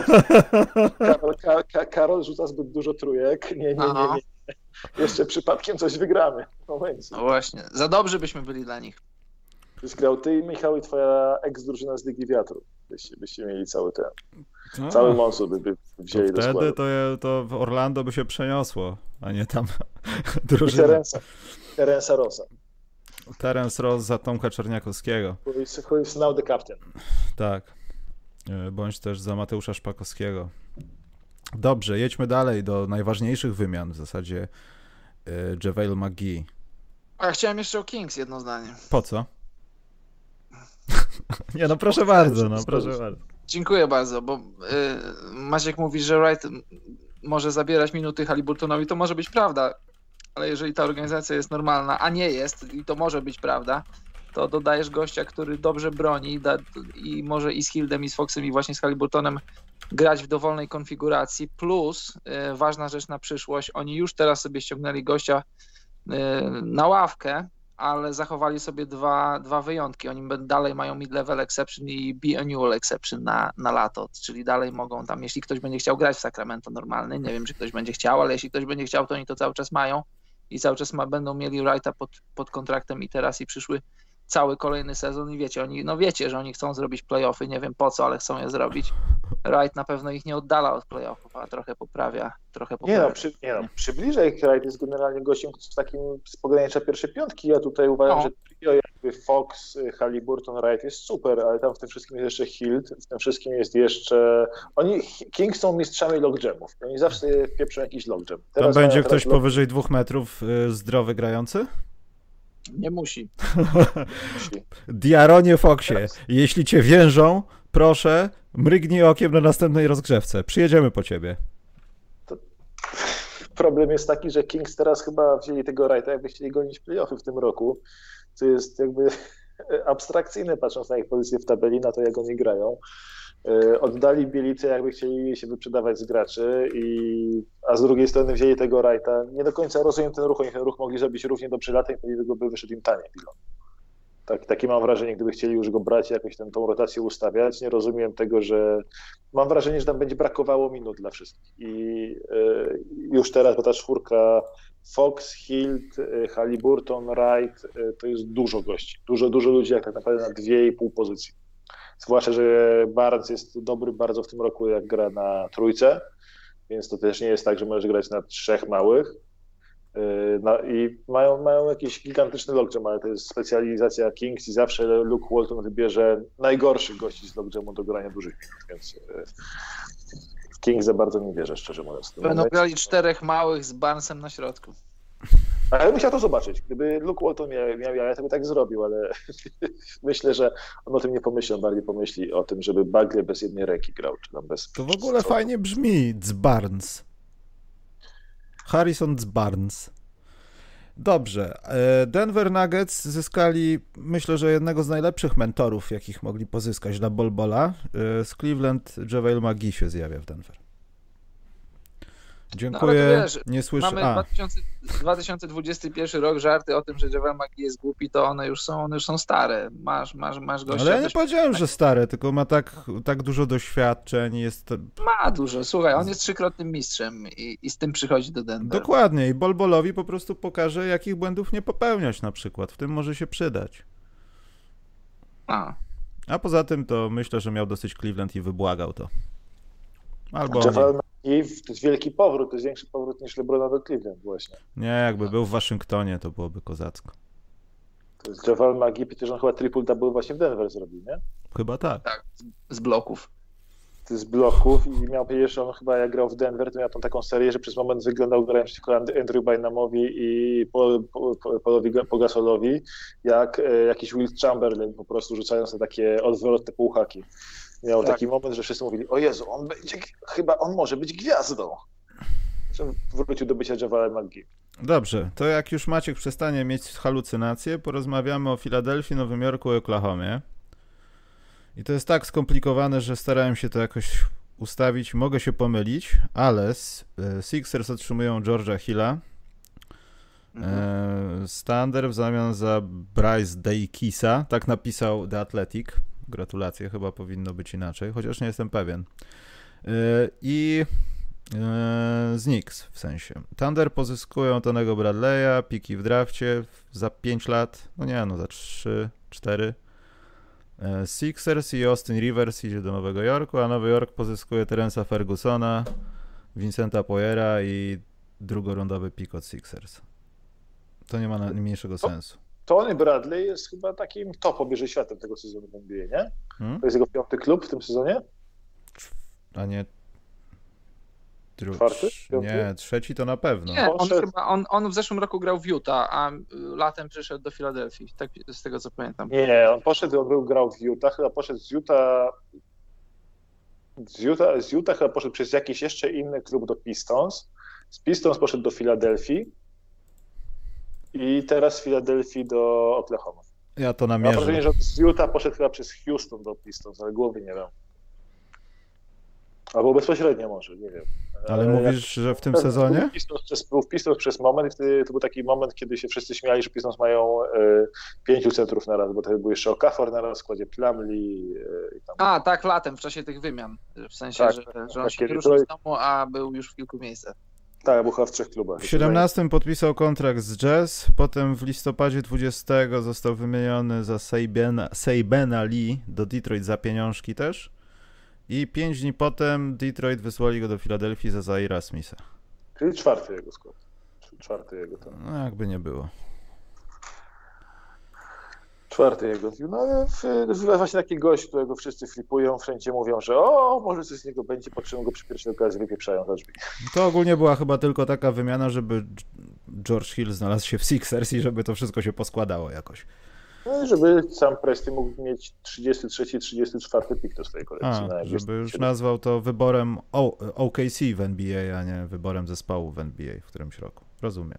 Karol rzuca zbyt dużo trójek. Nie. Jeszcze przypadkiem coś wygramy. No właśnie, za dobrzy byśmy byli dla nich. Byś grał ty, Michał, i twoja ex-drużyna z Ligi Wiatru. Byście mieli cały Monsu by wzięli do składu. Wtedy to w Orlando by się przeniosło, a nie tam drużyna. Terensa Rossa. Terence Ross za Tomka Czerniakowskiego. Who is now the captain. Tak. Bądź też za Mateusza Szpakowskiego. Dobrze, jedźmy dalej do najważniejszych wymian w zasadzie JaVale McGee. A ja chciałem jeszcze o Kings jedno zdanie. Po co? Nie, no proszę bardzo, Dziękuję bardzo, bo Maciek mówi, że Wright może zabierać minuty Haliburtonowi, to może być prawda, ale jeżeli ta organizacja jest normalna, a nie jest, i to może być prawda, to dodajesz gościa, który dobrze broni i może i z Hildem, i z Foxem, i właśnie z Haliburtonem grać w dowolnej konfiguracji, plus ważna rzecz na przyszłość, oni już teraz sobie ściągnęli gościa na ławkę, ale zachowali sobie dwa wyjątki. Oni dalej mają mid-level exception i biannual exception na lato, czyli dalej mogą tam, jeśli ktoś będzie chciał grać w Sacramento normalny, nie wiem, czy ktoś będzie chciał, ale jeśli ktoś będzie chciał, to oni to cały czas mają i cały czas będą mieli Wrighta pod kontraktem i teraz i przyszły cały kolejny sezon i wiecie, że oni chcą zrobić playoffy, nie wiem po co, ale chcą je zrobić. Wright na pewno ich nie oddala od playoffów, a trochę poprawia. Przybliża ich. Wright jest generalnie gościem z pogranicza pierwszej piątki. Ja tutaj uważam, że trio jakby Fox, Haliburton, Wright jest super, ale tam w tym wszystkim jest jeszcze Hield, w tym wszystkim jest jeszcze... Kings są mistrzami logjamów. Oni zawsze pieprzą jakiś logjam. Tam będzie ktoś powyżej 2 metrów zdrowy grający? Nie musi. Diaronie Foxie, jeśli cię więżą, proszę, mrygnij okiem na następnej rozgrzewce. Przyjedziemy po ciebie. problem jest taki, że Kings teraz chyba wzięli tego Wrighta, jakby chcieli gonić playoffy w tym roku, co jest jakby abstrakcyjne, patrząc na ich pozycję w tabeli, na to jak oni grają. Oddali Bielicę, jakby chcieli się wyprzedawać z graczy, a z drugiej strony wzięli tego Wrighta. Nie do końca rozumiem ten ruch, oni ten ruch mogli zrobić równie dobrze latem, i by wyszedł im taniej. Takie mam wrażenie, gdyby chcieli już go brać, jakoś tą rotację ustawiać. Nie rozumiem tego, że mam wrażenie, że tam będzie brakowało minut dla wszystkich. I już teraz, bo ta czwórka Fox, Hield, Haliburton, Wright, to jest dużo gości. Dużo ludzi, jak tak naprawdę na 2,5 pozycji. Zwłaszcza, że Barnes jest dobry bardzo w tym roku, jak gra na trójce, więc to też nie jest tak, że możesz grać na 3 małych. I mają jakiś gigantyczny logjam, ale to jest specjalizacja Kings i zawsze Luke Walton wybierze najgorszych gości z logjamu do grania dużych minut, więc w Kings za bardzo nie wierzę, szczerze mówiąc. Będą grali 4 małych z Barnesem na środku. Ale bym chciał to zobaczyć. Gdyby Luke Walton miał jaja, to by tak zrobił, ale myślę, że on o tym nie pomyśli, on bardziej pomyśli o tym, żeby Bagley bez jednej ręki grał, czy tam bez... To w ogóle fajnie brzmi, Barnes. Harrison Barnes. Dobrze. Denver Nuggets zyskali, myślę, że jednego z najlepszych mentorów, jakich mogli pozyskać dla Bol-Bola. Z Cleveland JaVale McGee się zjawia w Denver. Dziękuję. No, wiesz, nie słyszę. Mamy 2021 rok, żarty o tym, że JaVale McGee jest głupi, to one już są stare. Masz gościa. Ale ja nie powiedziałem, że stare, tylko ma tak dużo doświadczeń. Ma dużo. Słuchaj, on jest 3-krotnym mistrzem i z tym przychodzi do Denver. Dokładnie. I Bol-Bolowi po prostu pokaże, jakich błędów nie popełniać na przykład. W tym może się przydać. A poza tym to myślę, że miał dosyć Cleveland i wybłagał to. Albo I to jest wielki powrót, to jest większy powrót niż LeBrona do Cleveland właśnie. Nie, jakby był w Waszyngtonie, to byłoby kozacko. To jest JaVale McGee, przecież on chyba triple-double właśnie w Denver zrobił, nie? Chyba tak. Tak, z bloków. Z bloków i miał przecież on chyba, jak grał w Denver, to miał tą taką serię, że przez moment wyglądał, grając przeciwko Andrew Bynamowi i Paulowi Pogasolowi, jak jakiś Will Chamberlain, po prostu rzucając na takie odwrotne półhaki. Miał taki moment, że wszyscy mówili, o Jezu, on może być gwiazdą. Wrócił do bycia JaVale McGee. Dobrze, to jak już Maciek przestanie mieć halucynacje, porozmawiamy o Filadelfii, Nowym Jorku i Oklahomie. I to jest tak skomplikowane, że starałem się to jakoś ustawić. Mogę się pomylić, ale Sixers otrzymują George'a Hilla z Thunder w zamian za Bryce Daykisa. Tak napisał The Athletic. Gratulacje, chyba powinno być inaczej, chociaż nie jestem pewien. I z Knicks w sensie. Thunder pozyskują Tonego Bradley'a, piki w drafcie za 5 lat, za 3, 4. Sixers i Austin Rivers idzie do Nowego Jorku, a Nowy Jork pozyskuje Terence'a Fergusona, Vincenta Poyera i drugorundowy pik od Sixers. To nie ma najmniejszego sensu. Tony Bradley jest chyba takim top obierze światem tego sezonu w NBA, nie? To jest jego 5. klub w tym sezonie? A nie... 4? Nie, 3 to na pewno. Nie, on w zeszłym roku grał w Utah, a latem przyszedł do Filadelfii, tak z tego co pamiętam. Nie, grał w Utah, chyba poszedł z Utah chyba poszedł przez jakiś jeszcze inny klub do Pistons. Z Pistons poszedł do Filadelfii i teraz z Filadelfii do Oklahoma. Ja to namierzę. Mam wrażenie, że z Utah poszedł chyba przez Houston do Pistons, ale głowy nie wiem. Albo bezpośrednio może, nie wiem. Ale mówisz, że w tym sezonie? Był w Pistons przez moment, wtedy to był taki moment, kiedy się wszyscy śmiali, że Pistons mają 5 centrów na raz, bo to był jeszcze Okafor na raz, w składzie Plumlee. Tak, latem, w czasie tych wymian. W sensie, tak, że on się nie ruszył z domu, a był już w kilku miejscach. Tak, był chyba w 3 klubach. W 17 podpisał kontrakt z Jazz, potem w listopadzie 20 został wymieniony za Sabena Lee do Detroit za pieniążki też. I 5 dni potem Detroit wysłali go do Filadelfii za Zaira Smitha. Czyli 4 jego skład. 4 jego tam. No jakby nie było. 4 jego. No ale właśnie taki gość, którego wszyscy flipują, wszędzie mówią, że może coś z niego będzie, po czym go przy pierwszej okazji wypieprzają za drzwi. To ogólnie była chyba tylko taka wymiana, żeby George Hill znalazł się w Sixers i żeby to wszystko się poskładało jakoś. No i żeby sam Presti mógł mieć 33, 34 pik do swojej kolekcji. Żeby już nazwał to wyborem OKC w NBA, a nie wyborem zespołu w NBA w którymś roku. Rozumiem.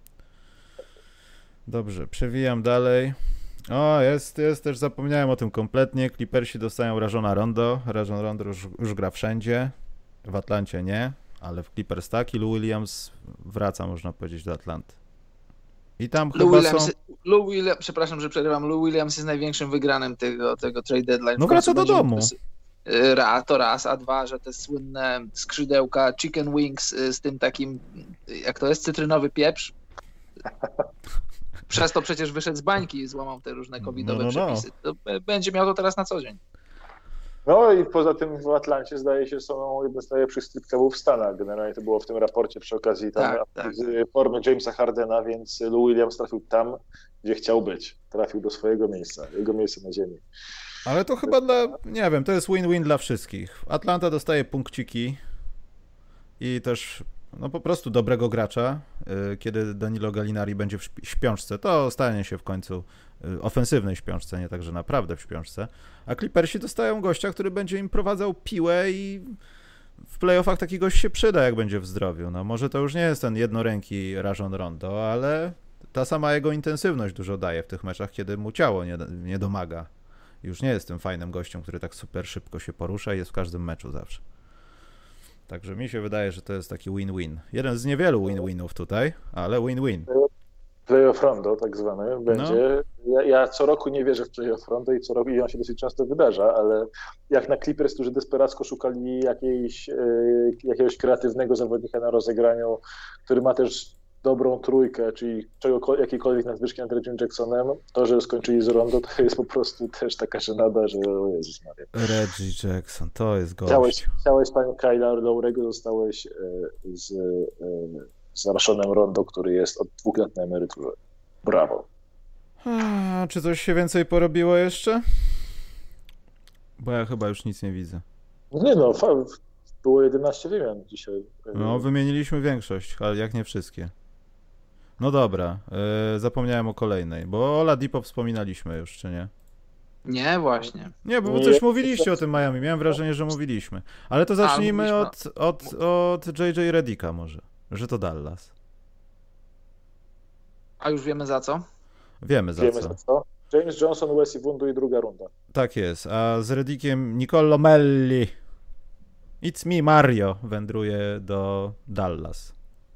Dobrze, przewijam dalej. Jest też, zapomniałem o tym kompletnie. Clippersi dostają Rajona Rondo. Rajon Rondo już gra wszędzie. W Atlancie nie, ale w Clippers tak. I Lou Williams wraca, można powiedzieć, do Atlanty. I tam przepraszam, że przerywam. Lou Williams jest największym wygranym tego trade deadline. No wraca do domu. To raz, a dwa, że te słynne skrzydełka chicken wings z tym takim, jak to jest, cytrynowy pieprz. Przez to przecież wyszedł z bańki i złamał te różne covidowe przepisy. To będzie miał to teraz na co dzień. No i poza tym w Atlancie zdaje się są jedne z najlepszych strip clubów w Stanach. Generalnie to było w tym raporcie przy okazji formy Jamesa Hardena, więc Lou Williams trafił tam, gdzie chciał być. Trafił do swojego miejsca, jego miejsce na ziemi. Ale to chyba nie wiem, to jest win-win dla wszystkich. Atlanta dostaje punkciki i też po prostu dobrego gracza, kiedy Danilo Gallinari będzie w śpiączce, to stanie się w końcu ofensywnej śpiączce, nie tak, że naprawdę w śpiączce, a Clippersi dostają gościa, który będzie im prowadzał piłę i w playoffach taki gość się przyda, jak będzie w zdrowiu. No może to już nie jest ten jednoręki Rajon Rondo, ale ta sama jego intensywność dużo daje w tych meczach, kiedy mu ciało nie domaga. Już nie jest tym fajnym gościem, który tak super szybko się porusza i jest w każdym meczu zawsze. Także mi się wydaje, że to jest taki win-win. Jeden z niewielu win-winów tutaj, ale win-win. Playoff Rondo tak zwany będzie. No. Ja co roku nie wierzę w Playoff Rondo i co roku i on się dosyć często wydarza, ale jak na Clippers, którzy desperacko szukali jakiegoś kreatywnego zawodnika na rozegraniu, który ma też dobrą trójkę, czyli jakiejkolwiek nadwyżki nad Reggie Jacksonem, to, że skończyli z Rondo, to jest po prostu też taka żenada, że o Jezus Maria. Reggie Jackson, to jest gość. Chciałeś panią Kyla Lowry'ego, zostałeś z Rashonem Rondo, który jest od 2 lat na emeryturze. Brawo. Czy coś się więcej porobiło jeszcze? Bo ja chyba już nic nie widzę. Nie było 11 wymian dzisiaj. No, wymieniliśmy większość, ale jak nie wszystkie. No dobra, zapomniałem o kolejnej, bo o Oladipo wspominaliśmy już, czy nie? Nie, właśnie. Nie, bo coś mówiliście o tym Miami, miałem wrażenie, że mówiliśmy. Ale to zacznijmy od JJ Redicka może, że to Dallas. A już wiemy za co? Wiemy za co. James Johnson, Wes Iwundu i druga runda. Tak jest, a z Redickiem Nicolo Melli. It's me, Mario, wędruje do Dallas.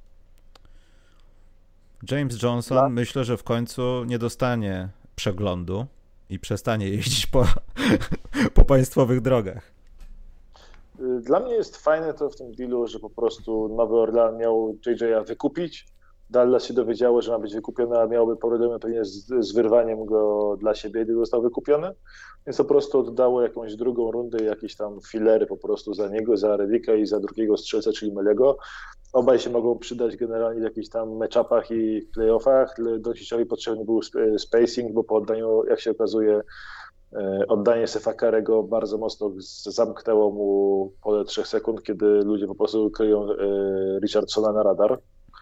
James Johnson myślę, że w końcu nie dostanie przeglądu i przestanie jeździć po państwowych drogach. Dla mnie jest fajne to w tym dealu, że po prostu Nowy Orlean miał JJ'a wykupić. Dallas się dowiedziało, że ma być wykupiony, a miałoby problemy pewnie z wyrwaniem go dla siebie, gdy został wykupiony. Więc po prostu oddało jakąś drugą rundę i jakieś tam filery po prostu za niego, za Redicka i za drugiego strzelca, czyli Melego. Obaj się mogą przydać generalnie w jakichś tam matchupach i w playoffach. Donciciowi potrzebny był spacing, bo po oddaniu, jak się okazuje, oddanie Stefa Curry'ego bardzo mocno zamknęło mu pole 3 sekund, kiedy ludzie po prostu kryją Richardsona na radar.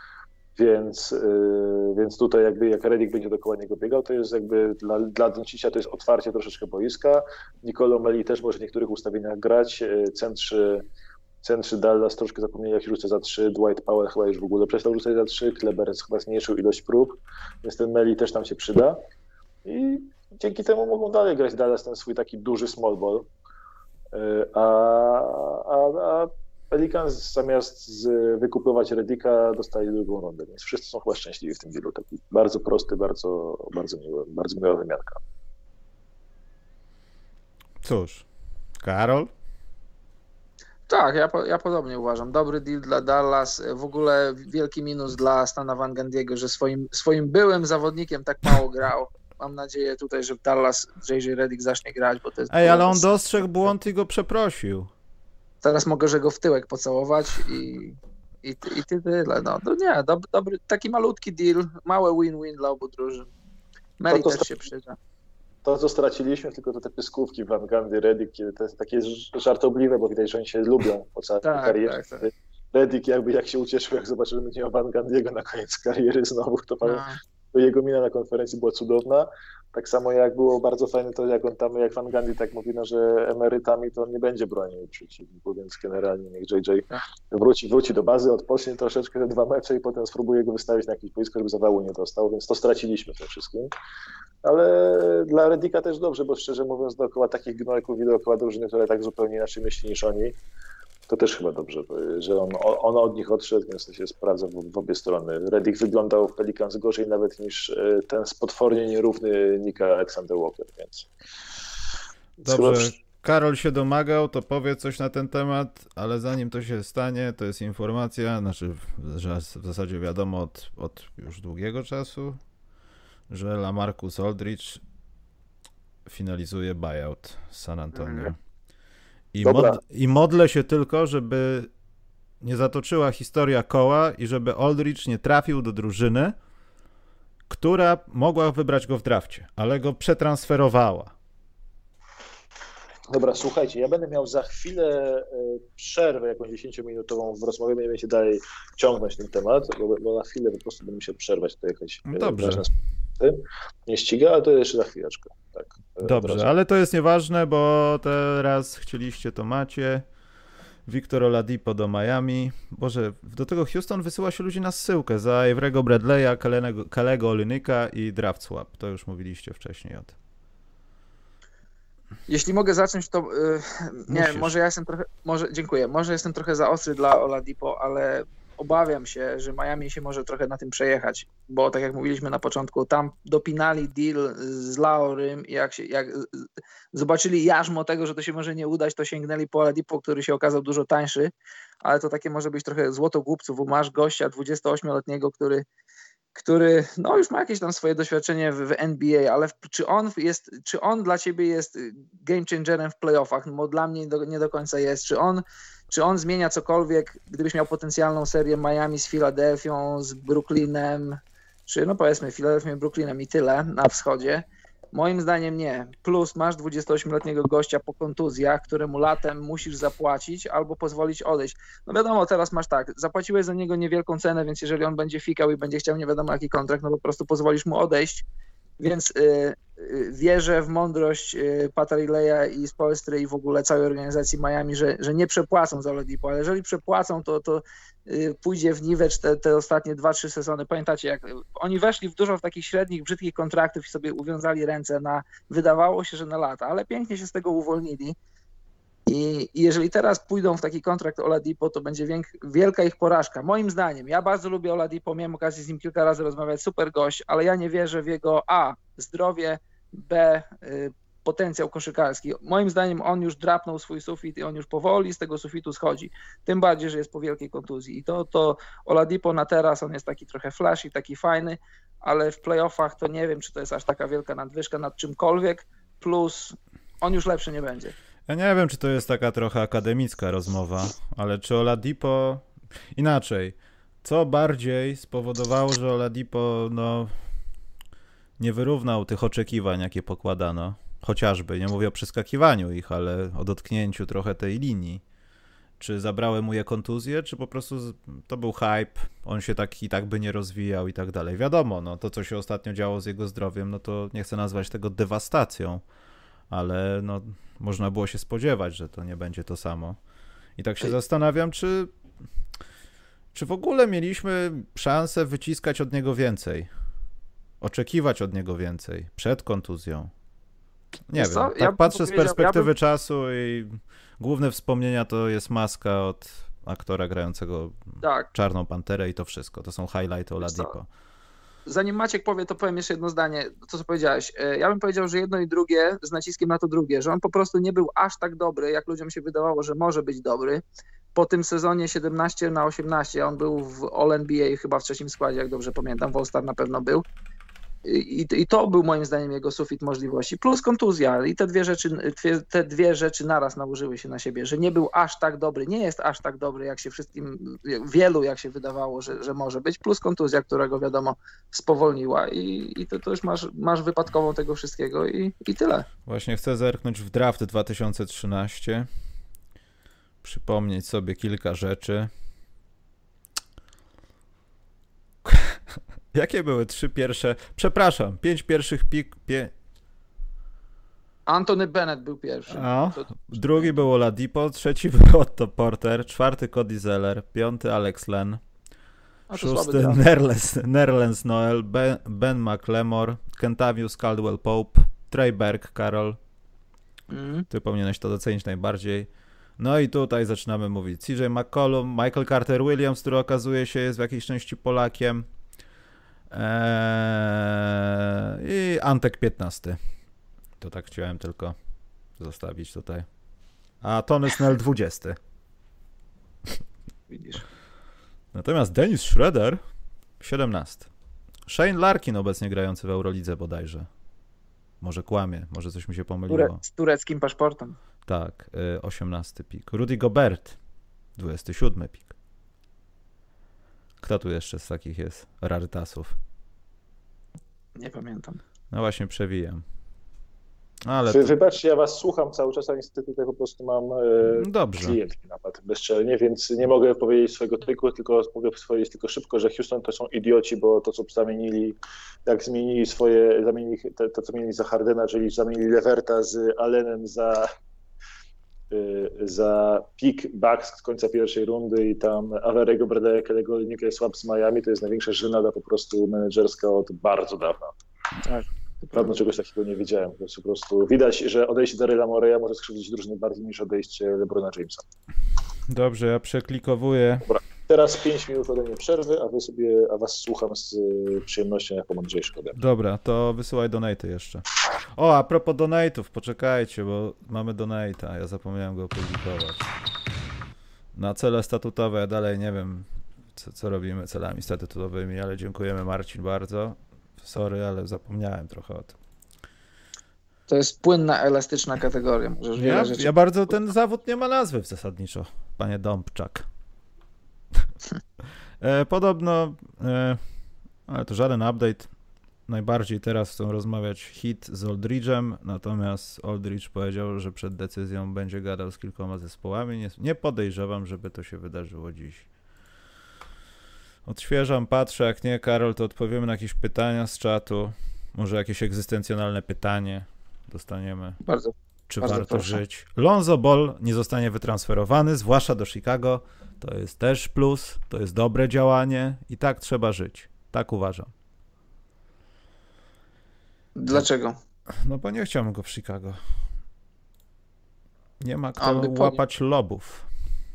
Więc tutaj jakby jak Redick będzie dookoła niego biegał, to jest jakby dla Doncicia to jest otwarcie troszeczkę boiska. Nicolo Melli też może w niektórych ustawieniach grać. Centrzy Dallas troszkę zapomnieli, jak się rzuca za 3. Dwight Powell chyba już w ogóle przestał rzucać za 3. Kleber chyba zmniejszył ilość prób, więc ten Melli też tam się przyda. I dzięki temu mogą dalej grać Dallas ten swój taki duży small ball. A Pelicans zamiast wykupywać Redicka dostali drugą rundę, więc wszyscy są chyba szczęśliwi w tym dealu. Taki bardzo prosty, bardzo miła wymianka. Cóż, Karol? Tak, ja podobnie uważam. Dobry deal dla Dallas. W ogóle wielki minus dla Stana Van Gundy'ego, że swoim byłym zawodnikiem tak mało grał. Mam nadzieję tutaj, że w Dallas JJ Redick zacznie grać, bo to jest... ale on dostrzegł błąd i go przeprosił. Teraz mogę, że go w tyłek pocałować i tyle. No nie, dobry, taki malutki deal, małe win-win dla obu drużyn. Melli też się przyda. To, co straciliśmy, tylko to te pyskówki Van Gundy, Redick, to jest takie żartobliwe, bo widać, że oni się lubią po całej karierze. Redick jakby jak się ucieszył, jak zobaczył, że będzie miał Van Gundy'ego na koniec kariery znowu, to jego mina na konferencji była cudowna. Tak samo jak było bardzo fajne to, jak on tam, jak Van Gundy tak mówi, no, że emerytami to on nie będzie bronił przeciwników, więc generalnie niech JJ wróci do bazy, odpocznie troszeczkę te 2 mecze i potem spróbuje go wystawić na jakieś boisko, żeby zawału nie dostał, więc to straciliśmy tym wszystkim. Ale dla Reddicka też dobrze, bo szczerze mówiąc dookoła takich gnojków i dookoła drużyny, które tak zupełnie inaczej myśli niż oni, to też chyba dobrze, że on od nich odszedł, więc to się sprawdza w obie strony. Reddick wyglądał w Pelicans gorzej nawet niż ten potwornie nierówny Nika Alexander Walker, więc... Dobrze, Karol się domagał, to powie coś na ten temat, ale zanim to się stanie, to jest informacja, że w zasadzie wiadomo od już długiego czasu, że LaMarcus Aldridge finalizuje buyout z San Antonio. I modlę się tylko, żeby nie zatoczyła historia koła i żeby Aldridge nie trafił do drużyny, która mogła wybrać go w drafcie, ale go przetransferowała. Dobra, słuchajcie, ja będę miał za chwilę przerwę jakąś 10-minutową w rozmowie, będziemy się dalej ciągnąć ten temat, bo na chwilę po prostu będę musiał przerwać to jakaś ważna sprawa. Nie ściga, ale to jeszcze za chwileczkę. Tak, dobrze, ale to jest nieważne, bo teraz chcieliście, to macie. Victor Oladipo do Miami. Boże, do tego Houston wysyła się ludzi na zsyłkę za Avery'ego Bradley'a, Kalego Olynyka i draft swap. To już mówiliście wcześniej o tym. Jeśli mogę zacząć, to nie wiem, może ja jestem trochę, dziękuję, może jestem trochę za ostry dla Oladipo, ale obawiam się, że Miami się może trochę na tym przejechać, bo tak jak mówiliśmy na początku, tam dopinali deal z Laurym i jak zobaczyli jarzmo tego, że to się może nie udać, to sięgnęli po Oladipo, który się okazał dużo tańszy, ale to takie może być trochę złoto głupców, bo masz gościa 28-letniego, który no już ma jakieś tam swoje doświadczenie w NBA, ale czy on dla ciebie jest game changerem w playoffach? No bo dla mnie nie do końca jest. Czy on zmienia cokolwiek, gdybyś miał potencjalną serię Miami z Filadelfią, z Brooklynem, czy no powiedzmy Filadelfią i Brooklynem i tyle na wschodzie? Moim zdaniem nie. Plus masz 28-letniego gościa po kontuzjach, któremu latem musisz zapłacić albo pozwolić odejść. No wiadomo, teraz masz tak, zapłaciłeś za niego niewielką cenę, więc jeżeli on będzie fikał i będzie chciał nie wiadomo jaki kontrakt, no po prostu pozwolisz mu odejść. Więc wierzę w mądrość Pata Rileya i Spoelstry i w ogóle całej organizacji Miami, że nie przepłacą za Oladipo, ale jeżeli przepłacą, to pójdzie w niwecz te ostatnie 2-3 sezony. Pamiętacie, jak oni weszli w takich średnich, brzydkich kontraktów i sobie uwiązali ręce wydawało się, że na lata, ale pięknie się z tego uwolnili. I jeżeli teraz pójdą w taki kontrakt Oladipo, to będzie wielka ich porażka. Moim zdaniem, ja bardzo lubię Oladipo, miałem okazję z nim kilka razy rozmawiać, super gość, ale ja nie wierzę w jego A, zdrowie, B, potencjał koszykarski. Moim zdaniem on już drapnął swój sufit i on już powoli z tego sufitu schodzi. Tym bardziej, że jest po wielkiej kontuzji. I to Oladipo na teraz, on jest taki trochę flashy, taki fajny, ale w playoffach to nie wiem, czy to jest aż taka wielka nadwyżka nad czymkolwiek, plus on już lepszy nie będzie. Ja nie wiem, czy to jest taka trochę akademicka rozmowa, ale czy Oladipo... Inaczej, co bardziej spowodowało, że Oladipo nie wyrównał tych oczekiwań, jakie pokładano? Chociażby, nie mówię o przeskakiwaniu ich, ale o dotknięciu trochę tej linii. Czy zabrały mu je kontuzje, czy po prostu to był hype, on się tak i tak by nie rozwijał i tak dalej. Wiadomo, to co się ostatnio działo z jego zdrowiem, to nie chcę nazwać tego dewastacją, ale można było się spodziewać, że to nie będzie to samo. I tak się zastanawiam, czy w ogóle mieliśmy szansę wyciskać od niego więcej, oczekiwać od niego więcej przed kontuzją. Nie wiem, tak patrzę z perspektywy czasu i główne wspomnienia to jest maska od aktora grającego Czarną Panterę i to wszystko. To są highlighty Oladipo. Zanim Maciek powie, to powiem jeszcze jedno zdanie, to co powiedziałeś. Ja bym powiedział, że jedno i drugie, z naciskiem na to drugie, że on po prostu nie był aż tak dobry, jak ludziom się wydawało, że może być dobry. Po tym sezonie 17-18 on był w All-NBA chyba w trzecim składzie, jak dobrze pamiętam, w All-Star na pewno był. I to był moim zdaniem jego sufit możliwości, plus kontuzja i te dwie rzeczy naraz nałożyły się na siebie, że nie był aż tak dobry, nie jest aż tak dobry, jak się jak się wydawało, że może być, plus kontuzja, która go wiadomo spowolniła i to już masz wypadkową tego wszystkiego i tyle. Właśnie chcę zerknąć w draft 2013, przypomnieć sobie kilka rzeczy. Jakie były 3 pierwsze, przepraszam, 5 pierwszych Anthony Bennett był pierwszy. Drugi był Oladipo, trzeci był Otto Porter, czwarty Cody Zeller, piąty Alex Len, szósty Nerlens Noel, Ben McLemore, Kentavious Caldwell-Pope, Trey Burke, Karol. Ty powinieneś to docenić najbardziej. No i tutaj zaczynamy mówić CJ McCollum, Michael Carter-Williams, który okazuje się jest w jakiejś części Polakiem, i Antek 15. To tak chciałem tylko zostawić tutaj. A Tony Snell 20. Widzisz. Natomiast Dennis Schroeder 17. Shane Larkin obecnie grający w Eurolidze bodajże. Może kłamie, może coś mi się pomyliło. Z tureckim paszportem. Tak, 18 pik. Rudy Gobert 27 pik. Kto tu jeszcze z takich jest rarytasów? Nie pamiętam. No właśnie przewijam. Ale Wybaczcie, ja was słucham cały czas, a niestety tutaj po prostu mam klientki napad bezczelnie, więc nie mogę powiedzieć swojego tyku, tylko mogę powiedzieć tylko szybko, że Houston to są idioci, bo to, co zamienili, jak zmienili to, co mieli za Hardena, czyli zamienili Leverta z Allenem za pick Bucks z końca pierwszej rundy i tam Averego Bradley'ego Nick Swap z Miami, to jest największa żenada po prostu menedżerska od bardzo dawna. Tak. Dawno czegoś takiego nie wiedziałem. To jest po prostu widać, że odejście Daryla Moreya może skrzywdzić drużynę bardziej niż odejście LeBrona Jamesa. Dobrze, ja przeklikowuję. Dobra, teraz 5 minut ode mnie przerwy, a was słucham z przyjemnością jako mądrzejszych ode mnie. Dobra, to wysyłaj donaty jeszcze. O, a propos donate'ów, poczekajcie, bo mamy donate'a, ja zapomniałem go opublikować. Na cele statutowe, ja dalej nie wiem, co robimy celami statutowymi, ale dziękujemy Marcin bardzo. Sorry, ale zapomniałem trochę o tym. To jest płynna, elastyczna kategoria. Możesz wiele rzeczy... Ja bardzo, ten zawód nie ma nazwy zasadniczo, panie Dąbczak. Podobno, ale to żaden update. Najbardziej teraz chcą rozmawiać Heat z Aldridge'em, natomiast Aldridge powiedział, że przed decyzją będzie gadał z kilkoma zespołami. Nie podejrzewam, żeby to się wydarzyło dziś. Odświeżam, patrzę, jak nie, Karol, to odpowiemy na jakieś pytania z czatu. Może jakieś egzystencjonalne pytanie dostaniemy. Czy bardzo warto proszę. żyć? Lonzo Ball nie zostanie wytransferowany, zwłaszcza do Chicago. To jest też plus, to jest dobre działanie i tak trzeba żyć. Tak uważam. Dlaczego? No bo nie chciałbym go w Chicago. Nie ma kto łapać lobów.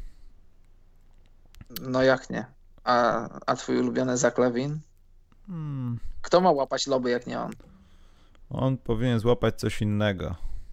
No jak nie? A twój ulubiony Zach LaVine? Kto ma łapać loby, jak nie on? On powinien złapać coś innego.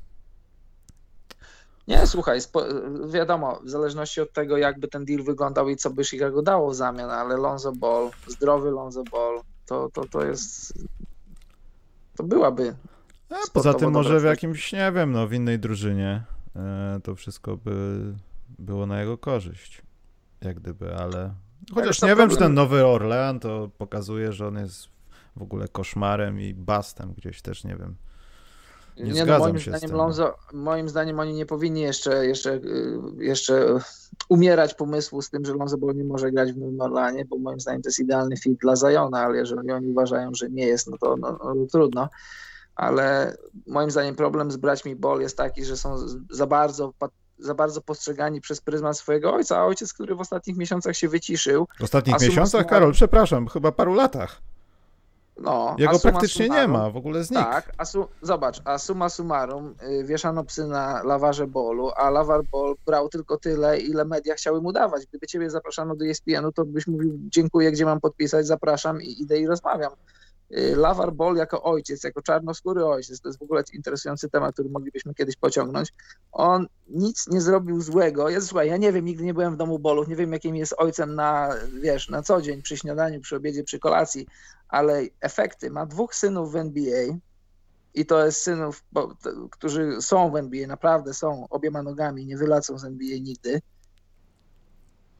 Nie, słuchaj, wiadomo, w zależności od tego, jakby ten deal wyglądał i co by Chicago dało w zamian, ale Lonzo Ball, zdrowy Lonzo Ball, to jest... To byłaby... Poza tym może w jakimś, nie wiem, no w innej drużynie to wszystko by było na jego korzyść. Jak gdyby, ale... Chociaż nie wiem, czy ten Nowy Orlean to pokazuje, że on jest w ogóle koszmarem i bastem gdzieś też, nie wiem. Nie zgadzam się z tym. Moim zdaniem oni nie powinni jeszcze umierać pomysłu z tym, że Lonzo Ball nie może grać w Nowym Orleanie, bo moim zdaniem to jest idealny fit dla Ziona, ale jeżeli oni uważają, że nie jest, no to trudno. Ale moim zdaniem problem z braćmi Ball jest taki, że są za bardzo postrzegani przez pryzmat swojego ojca, a ojciec, który w ostatnich miesiącach się wyciszył. W ostatnich miesiącach? Karol, przepraszam, chyba paru latach. No, jego praktycznie nie ma, w ogóle znikł. Tak, zobacz, a summa summarum wieszano psy na Lavarze Ballu, a Lavar Ball brał tylko tyle, ile media chciały mu dawać. Gdyby ciebie zapraszano do ESPN-u, to byś mówił, dziękuję, gdzie mam podpisać, zapraszam i idę i rozmawiam. Lavar Ball jako ojciec, jako czarnoskóry ojciec, to jest w ogóle interesujący temat, który moglibyśmy kiedyś pociągnąć. On nic nie zrobił złego. Słuchaj, ja nie wiem, nigdy nie byłem w domu Ballów, nie wiem, jakim jest ojcem na co dzień, przy śniadaniu, przy obiedzie, przy kolacji, ale efekty. Ma 2 synów w NBA i to jest synów, którzy są w NBA, naprawdę są obiema nogami, nie wylecą z NBA nigdy.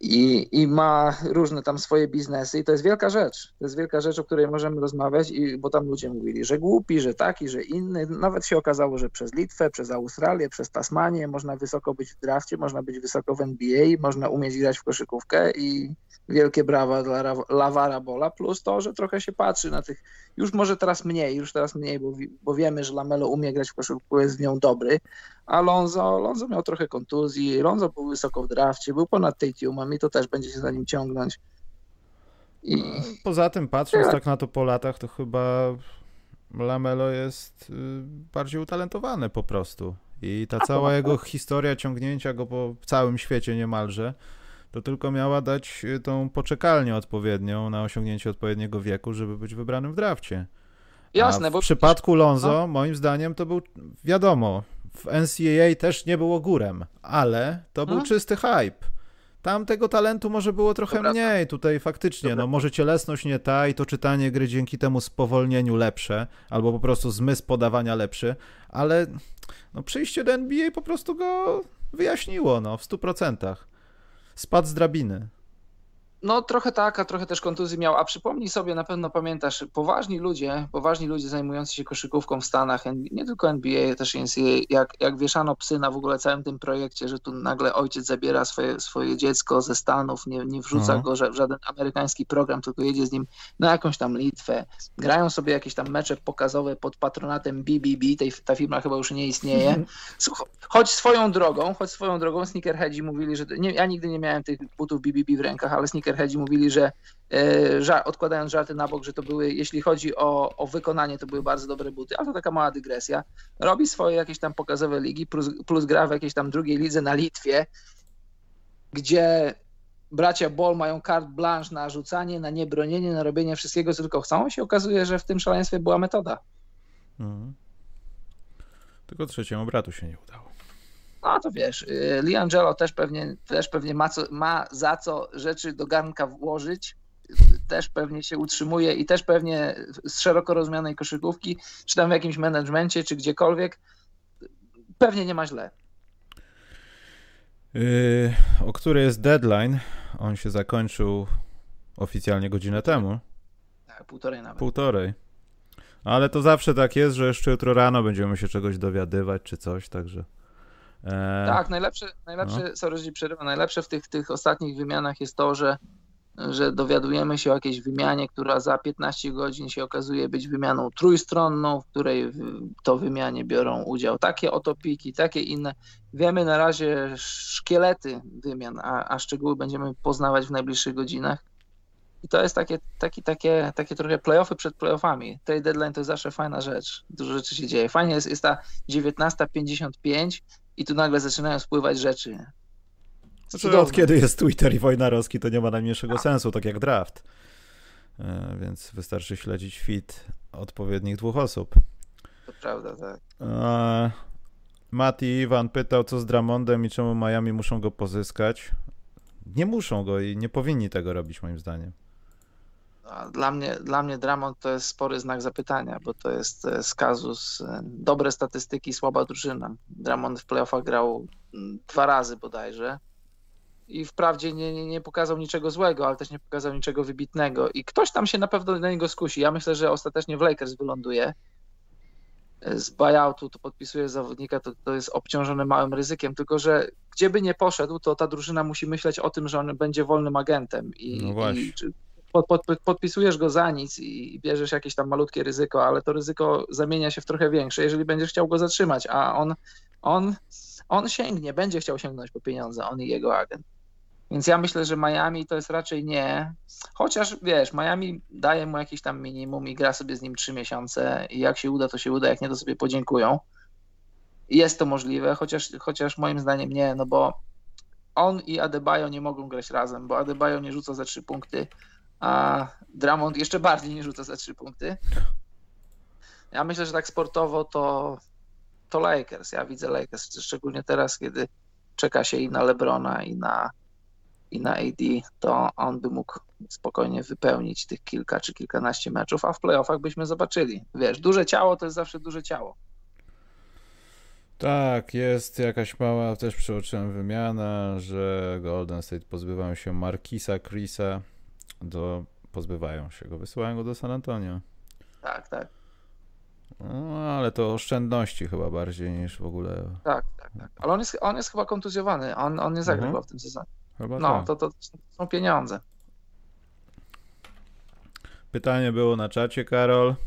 i ma różne tam swoje biznesy i to jest wielka rzecz. To jest wielka rzecz, o której możemy rozmawiać, bo tam ludzie mówili, że głupi, że taki, że inny. Nawet się okazało, że przez Litwę, przez Australię, przez Tasmanię można wysoko być w drafcie, można być wysoko w NBA, można umieć grać w koszykówkę i wielkie brawa dla Lavara Bola, plus to, że trochę się patrzy na tych, już teraz mniej, bo wiemy, że Lamelo umie grać w koszykówkę, jest w nią dobry, a Lonzo miał trochę kontuzji, Lonzo był wysoko w drafcie, był ponad Tatumem i to też będzie się za nim ciągnąć. Poza tym, patrząc tak na to po latach, to chyba Lamelo jest bardziej utalentowany po prostu. I ta cała jego historia ciągnięcia go po całym świecie niemalże, to tylko miała dać tą poczekalnię odpowiednią na osiągnięcie odpowiedniego wieku, żeby być wybranym w drafcie. Jasne, bo w przypadku Lonzo, moim zdaniem, to był, wiadomo, w NCAA też nie było górem, ale to był czysty hype. Tam tego talentu może było trochę mniej, tutaj faktycznie, no może cielesność nie ta i to czytanie gry dzięki temu spowolnieniu lepsze, albo po prostu zmysł podawania lepszy, ale no przyjście do NBA po prostu go wyjaśniło, no w 100%. Spadł z drabiny. No trochę tak, a trochę też kontuzji miał, a przypomnij sobie, na pewno pamiętasz, poważni ludzie zajmujący się koszykówką w Stanach, nie tylko NBA, też NCAA, jak wieszano psy na w ogóle całym tym projekcie, że tu nagle ojciec zabiera swoje dziecko ze Stanów, nie wrzuca go w żaden amerykański program, tylko jedzie z nim na jakąś tam Litwę, grają sobie jakieś tam mecze pokazowe pod patronatem BBB, ta firma chyba już nie istnieje. Chodź swoją drogą, sneakerheadzi mówili, że ja nigdy nie miałem tych butów BBB w rękach, ale sneakerheadzi mówili, że odkładając żarty na bok, że to były, jeśli chodzi o wykonanie, to były bardzo dobre buty, ale to taka mała dygresja. Robi swoje jakieś tam pokazowe ligi, plus gra w jakiejś tam drugiej lidze na Litwie, gdzie bracia Ball mają carte blanche na rzucanie, na niebronienie, na robienie wszystkiego, co tylko chcą. I się okazuje, że w tym szaleństwie była metoda. Tylko trzeciemu bratu się nie udało. No to wiesz, LiAngelo też pewnie ma za co rzeczy do garnka włożyć, też pewnie się utrzymuje i też pewnie z szeroko rozumianej koszykówki, czy tam w jakimś menedżmencie, czy gdziekolwiek, pewnie nie ma źle. O której jest deadline? On się zakończył oficjalnie godzinę temu. Tak, półtorej nawet. Półtorej. Ale to zawsze tak jest, że jeszcze jutro rano będziemy się czegoś dowiadywać, czy coś, także... Tak, najlepsze, sorry, że przerywam, najlepsze w tych ostatnich wymianach jest to, że dowiadujemy się o jakiejś wymianie, która za 15 godzin się okazuje być wymianą trójstronną, w której to wymianie biorą udział takie oto piki, takie inne. Wiemy na razie szkielety wymian, a szczegóły będziemy poznawać w najbliższych godzinach. I to jest takie trochę playoffy przed playoffami. Trade deadline to jest zawsze fajna rzecz. Dużo rzeczy się dzieje. Fajnie jest ta 19:55 i tu nagle zaczynają spływać rzeczy. Znaczy, od kiedy jest Twitter i wojna Roski, to nie ma najmniejszego sensu, tak jak draft. Więc wystarczy śledzić feed odpowiednich dwóch osób. To prawda, tak. Mati Iwan pytał, co z Drummondem i czemu Miami muszą go pozyskać. Nie muszą go i nie powinni tego robić, moim zdaniem. Dla mnie Drummond to jest spory znak zapytania, bo to jest kazus, dobre statystyki, słaba drużyna. Drummond w playoffach grał 2 razy bodajże i wprawdzie nie pokazał niczego złego, ale też nie pokazał niczego wybitnego i ktoś tam się na pewno na niego skusi. Ja myślę, że ostatecznie w Lakers wyląduje. Z buyoutu to podpisuje zawodnika, to jest obciążone małym ryzykiem, tylko że gdzie by nie poszedł, to ta drużyna musi myśleć o tym, że on będzie wolnym agentem i podpisujesz go za nic i bierzesz jakieś tam malutkie ryzyko, ale to ryzyko zamienia się w trochę większe, jeżeli będziesz chciał go zatrzymać, a on sięgnie, będzie chciał sięgnąć po pieniądze, on i jego agent. Więc ja myślę, że Miami to jest raczej nie, chociaż wiesz, Miami daje mu jakiś tam minimum i gra sobie z nim 3 miesiące i jak się uda, to się uda, jak nie, to sobie podziękują. Jest to możliwe, chociaż moim zdaniem nie, no bo on i Adebayo nie mogą grać razem, bo Adebayo nie rzuca za 3 punkty, a Drummond jeszcze bardziej nie rzuca za 3 punkty. Ja myślę, że tak sportowo to Lakers, ja widzę Lakers, szczególnie teraz, kiedy czeka się i na LeBrona, i na AD, to on by mógł spokojnie wypełnić tych kilka czy kilkanaście meczów, a w playoffach byśmy zobaczyli. Wiesz, duże ciało to jest zawsze duże ciało. Tak, jest jakaś mała, też przeoczyłem wymiana, że Golden State pozbywają się Marquisa Chrisa, pozbywają się go, wysyłają go do San Antonio. Tak, tak. No, ale to oszczędności chyba bardziej niż w ogóle. Tak. Ale on jest chyba kontuzjowany, on nie zagra chyba w tym sezonie. Chyba No, tak. to są pieniądze. Pytanie było na czacie, Karol.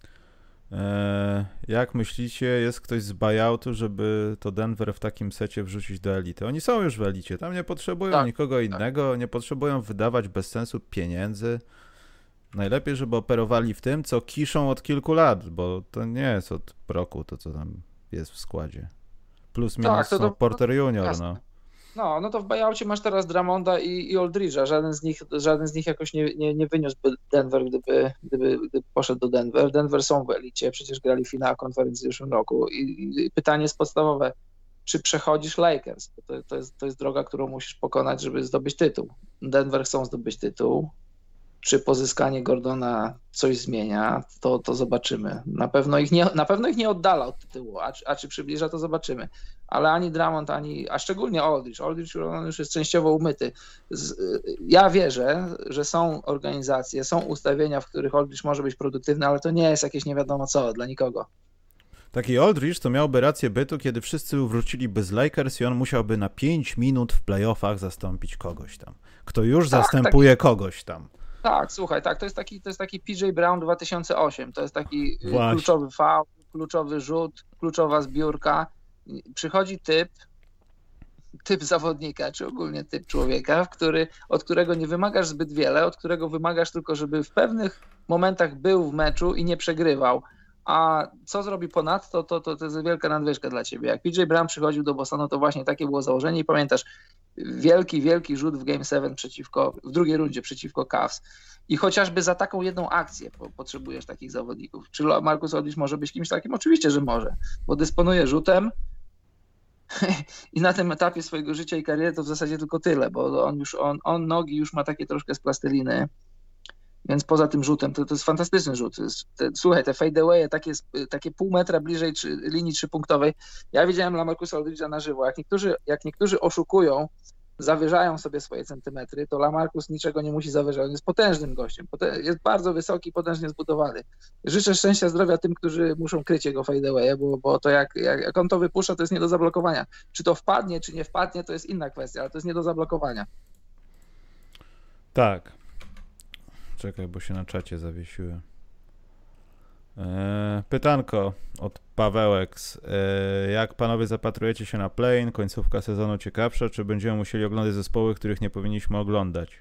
Jak myślicie, jest ktoś z buyoutu, żeby to Denver w takim secie wrzucić do elity? Oni są już w elicie, tam nie potrzebują nikogo innego, nie potrzebują wydawać bez sensu pieniędzy. Najlepiej, żeby operowali w tym, co kiszą od kilku lat, bo to nie jest od roku to, co tam jest w składzie. Plus minus Porter Junior, jasne. no. No to w buyoutie masz teraz Drummonda i Aldridge'a. Żaden z nich jakoś nie wyniósłby Denver, gdyby poszedł do Denver. Denver są w elicie, przecież grali finał konferencji w zeszłym roku. I pytanie jest podstawowe, czy przechodzisz Lakers? To jest droga, którą musisz pokonać, żeby zdobyć tytuł. Denver chcą zdobyć tytuł. Czy pozyskanie Gordona coś zmienia, to zobaczymy. Na pewno ich nie oddala od tytułu, a czy przybliża, to zobaczymy. Ale ani Drummond, a szczególnie Aldridge. Aldridge już jest częściowo umyty. Ja wierzę, że są organizacje, są ustawienia, w których Aldridge może być produktywny, ale to nie jest jakieś nie wiadomo co dla nikogo. Taki Aldridge to miałby rację bytu, kiedy wszyscy wróciliby z Lakers i on musiałby na 5 minut w playoffach zastąpić kogoś tam. Kto już zastępuje kogoś tam. Tak, słuchaj, to jest taki PJ Brown 2008, to jest taki kluczowy faul, kluczowy rzut, kluczowa zbiórka. Przychodzi typ zawodnika, czy ogólnie typ człowieka, od którego nie wymagasz zbyt wiele, od którego wymagasz tylko, żeby w pewnych momentach był w meczu i nie przegrywał. A co zrobi ponadto, to jest wielka nadwyżka dla ciebie. Jak PJ Brown przychodził do Bostonu, to właśnie takie było założenie i pamiętasz, wielki rzut w Game 7 w drugiej rundzie przeciwko Cavs. I chociażby za taką jedną akcję potrzebujesz takich zawodników. Czy Marcus Aldridge może być kimś takim? Oczywiście, że może, bo dysponuje rzutem i na tym etapie swojego życia i kariery to w zasadzie tylko tyle, bo on nogi już ma takie troszkę z plasteliny, więc poza tym rzutem to jest fantastyczny rzut. Słuchaj, te fadeawaye, takie pół metra bliżej linii trzypunktowej. Ja widziałem LaMarcusa Aldridge'a na żywo. Jak niektórzy oszukują, zawyżają sobie swoje centymetry, to LaMarcus niczego nie musi zawyżać. On jest potężnym gościem. Jest bardzo wysoki, potężnie zbudowany. Życzę szczęścia, zdrowia tym, którzy muszą kryć jego fadeawaye, bo to jak on to wypuszcza, to jest nie do zablokowania. Czy to wpadnie, czy nie wpadnie, to jest inna kwestia, ale to jest nie do zablokowania. Tak. Czekaj, bo się na czacie zawiesiłem. Pytanko od Pawełeks. Jak panowie zapatrujecie się na play-in? Końcówka sezonu ciekawsza, czy będziemy musieli oglądać zespoły, których nie powinniśmy oglądać?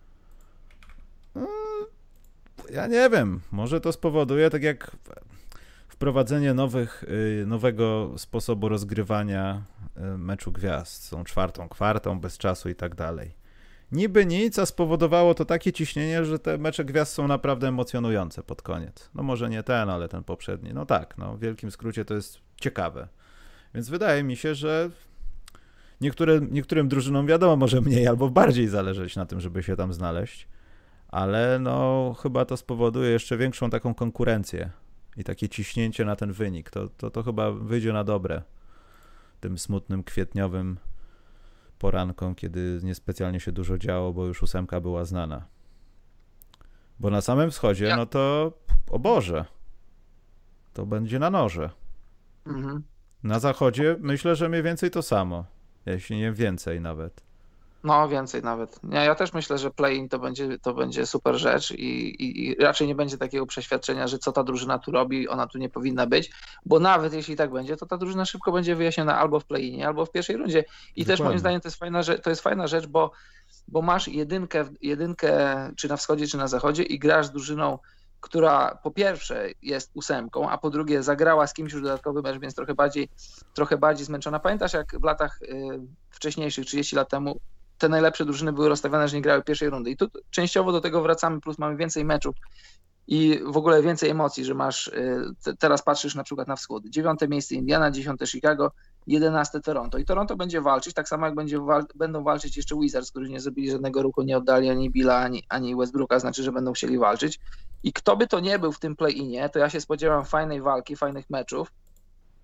Ja nie wiem. Może to spowoduje, tak jak wprowadzenie nowego sposobu rozgrywania meczu gwiazd. Są czwartą kwartą, bez czasu i tak dalej. Niby nic, a spowodowało to takie ciśnienie, że te mecze gwiazd są naprawdę emocjonujące pod koniec. No może nie ten, ale ten poprzedni. No tak, w wielkim skrócie to jest ciekawe. Więc wydaje mi się, że niektórym drużynom wiadomo może mniej albo bardziej zależeć na tym, żeby się tam znaleźć, ale chyba to spowoduje jeszcze większą taką konkurencję i takie ciśnięcie na ten wynik. To chyba wyjdzie na dobre tym smutnym kwietniowym poranką, kiedy niespecjalnie się dużo działo, bo już 8 była znana. Bo na samym wschodzie, no to o Boże, to będzie na noże. Mhm. Na zachodzie myślę, że mniej więcej to samo, jeśli nie więcej nawet. No, więcej nawet. Ja też myślę, że play-in to będzie super rzecz i raczej nie będzie takiego przeświadczenia, że co ta drużyna tu robi, ona tu nie powinna być, bo nawet jeśli tak będzie, to ta drużyna szybko będzie wyjaśniona albo w play-inie, albo w pierwszej rundzie. I Dokładnie. Też moim zdaniem to jest fajna rzecz, bo masz jedynkę czy na wschodzie, czy na zachodzie i grasz z drużyną, która po pierwsze jest 8, a po drugie zagrała z kimś już dodatkowy mecz, więc trochę bardziej zmęczona. Pamiętasz, jak w latach wcześniejszych, 30 lat temu, te najlepsze drużyny były rozstawiane, że nie grały pierwszej rundy. I tu częściowo do tego wracamy, plus mamy więcej meczów i w ogóle więcej emocji, że masz, teraz patrzysz na przykład na wschód. 9. miejsce Indiana, 10. Chicago, 11. Toronto. I Toronto będzie walczyć, tak samo jak będą walczyć jeszcze Wizards, którzy nie zrobili żadnego ruchu, nie oddali ani Billa, ani Westbrooka, znaczy, że będą chcieli walczyć. I kto by to nie był w tym play-inie, to ja się spodziewam fajnej walki, fajnych meczów.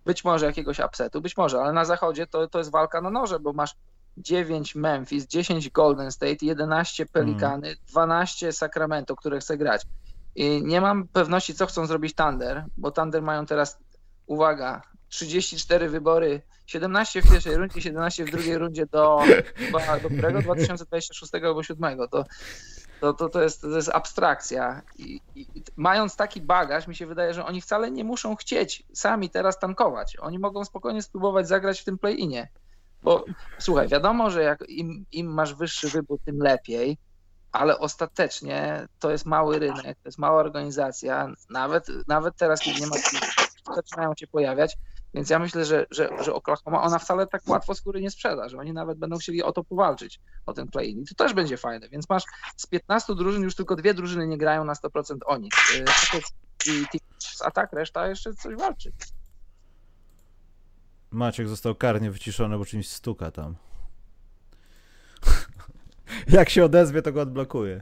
być może jakiegoś upsetu, być może, ale na zachodzie to jest walka na noże, bo masz 9 Memphis, 10 Golden State, 11 Pelicany, 12 Sacramento, które chce grać. I nie mam pewności, co chcą zrobić Thunder, bo Thunder mają teraz, uwaga, 34 wybory, 17 w pierwszej rundzie, 17 w drugiej rundzie do którego? 2026 albo 2027. To jest abstrakcja. I mając taki bagaż, mi się wydaje, że oni wcale nie muszą chcieć sami teraz tankować. Oni mogą spokojnie spróbować zagrać w tym play-inie. Bo słuchaj, wiadomo, że jak im masz wyższy wybór, tym lepiej, ale ostatecznie to jest mały rynek, to jest mała organizacja. Nawet teraz, kiedy nie ma, zaczynają się pojawiać. Więc ja myślę, że Oklahoma, ona wcale tak łatwo skóry nie sprzeda, że oni nawet będą chcieli o to powalczyć, o ten play-in. I to też będzie fajne, więc masz z 15 drużyn już tylko 2 drużyny nie grają na 100% o nich. I atak, reszta jeszcze coś walczy. Maciek został karnie wyciszony, bo czymś stuka tam. Jak się odezwie, to go odblokuje.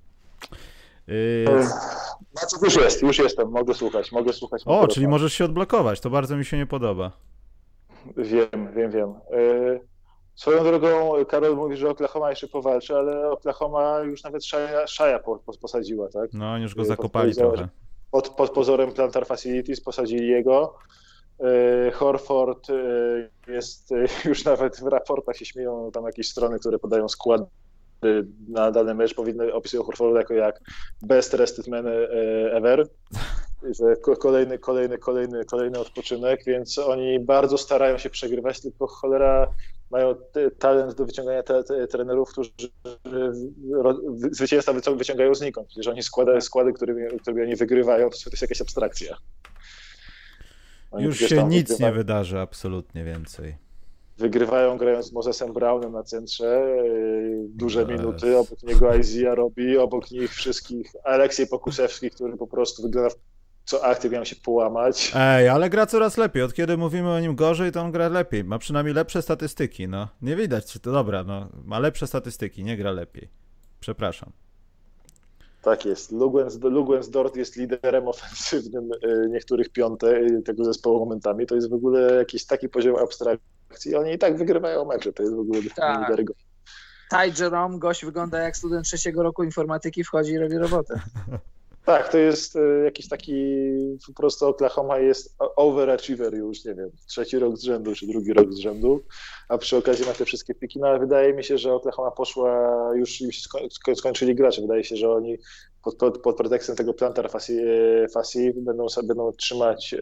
Maciek, już jestem, mogę słuchać. O, czyli możesz się odblokować, to bardzo mi się nie podoba. Wiem. Swoją drogą, Karol mówi, że Oklahoma jeszcze powalczy, ale Oklahoma już nawet Shaya posadziła, tak? No, już go zakopali trochę. Pod pozorem Plantar Facilities posadzili jego. Horford jest już nawet w raportach się śmieją, tam jakieś strony, które podają skład na dany mecz, opisują Horforda jak best rested man ever, że kolejny odpoczynek, więc oni bardzo starają się przegrywać, tylko cholera mają talent do wyciągania trenerów, którzy zwycięstwa wyciągają znikąd. Przecież oni składy, którymi oni wygrywają, to jest jakaś abstrakcja. Oni już się nic nie wydarzy absolutnie więcej. Wygrywają grając z Mosesem Brownem na centrze, duże minuty, obok niego Isaiah robi, obok nich wszystkich Aleksiej Pokusewski, który po prostu wygląda co akty miał się połamać. Ej, ale gra coraz lepiej. Od kiedy mówimy o nim gorzej, to on gra lepiej. Ma przynajmniej lepsze statystyki, no. Nie widać, czy to dobra, no. Ma lepsze statystyki, nie gra lepiej. Przepraszam. Tak jest. Luguentz Dort jest liderem ofensywnym niektórych tego zespołu momentami. To jest w ogóle jakiś taki poziom abstrakcji. Oni i tak wygrywają mecze. To jest w ogóle niewiarygodne. Ty Jerome, gość wygląda jak student 3. roku informatyki, wchodzi i robi robotę. Tak, to jest jakiś taki, po prostu Oklahoma jest overachiever już, nie wiem, 3. rok z rzędu, czy 2. rok z rzędu, a przy okazji ma te wszystkie piki, no ale wydaje mi się, że Oklahoma poszła, już skończyli gracze, wydaje się, że oni pod pretekstem tego Plantar Fasci będą trzymać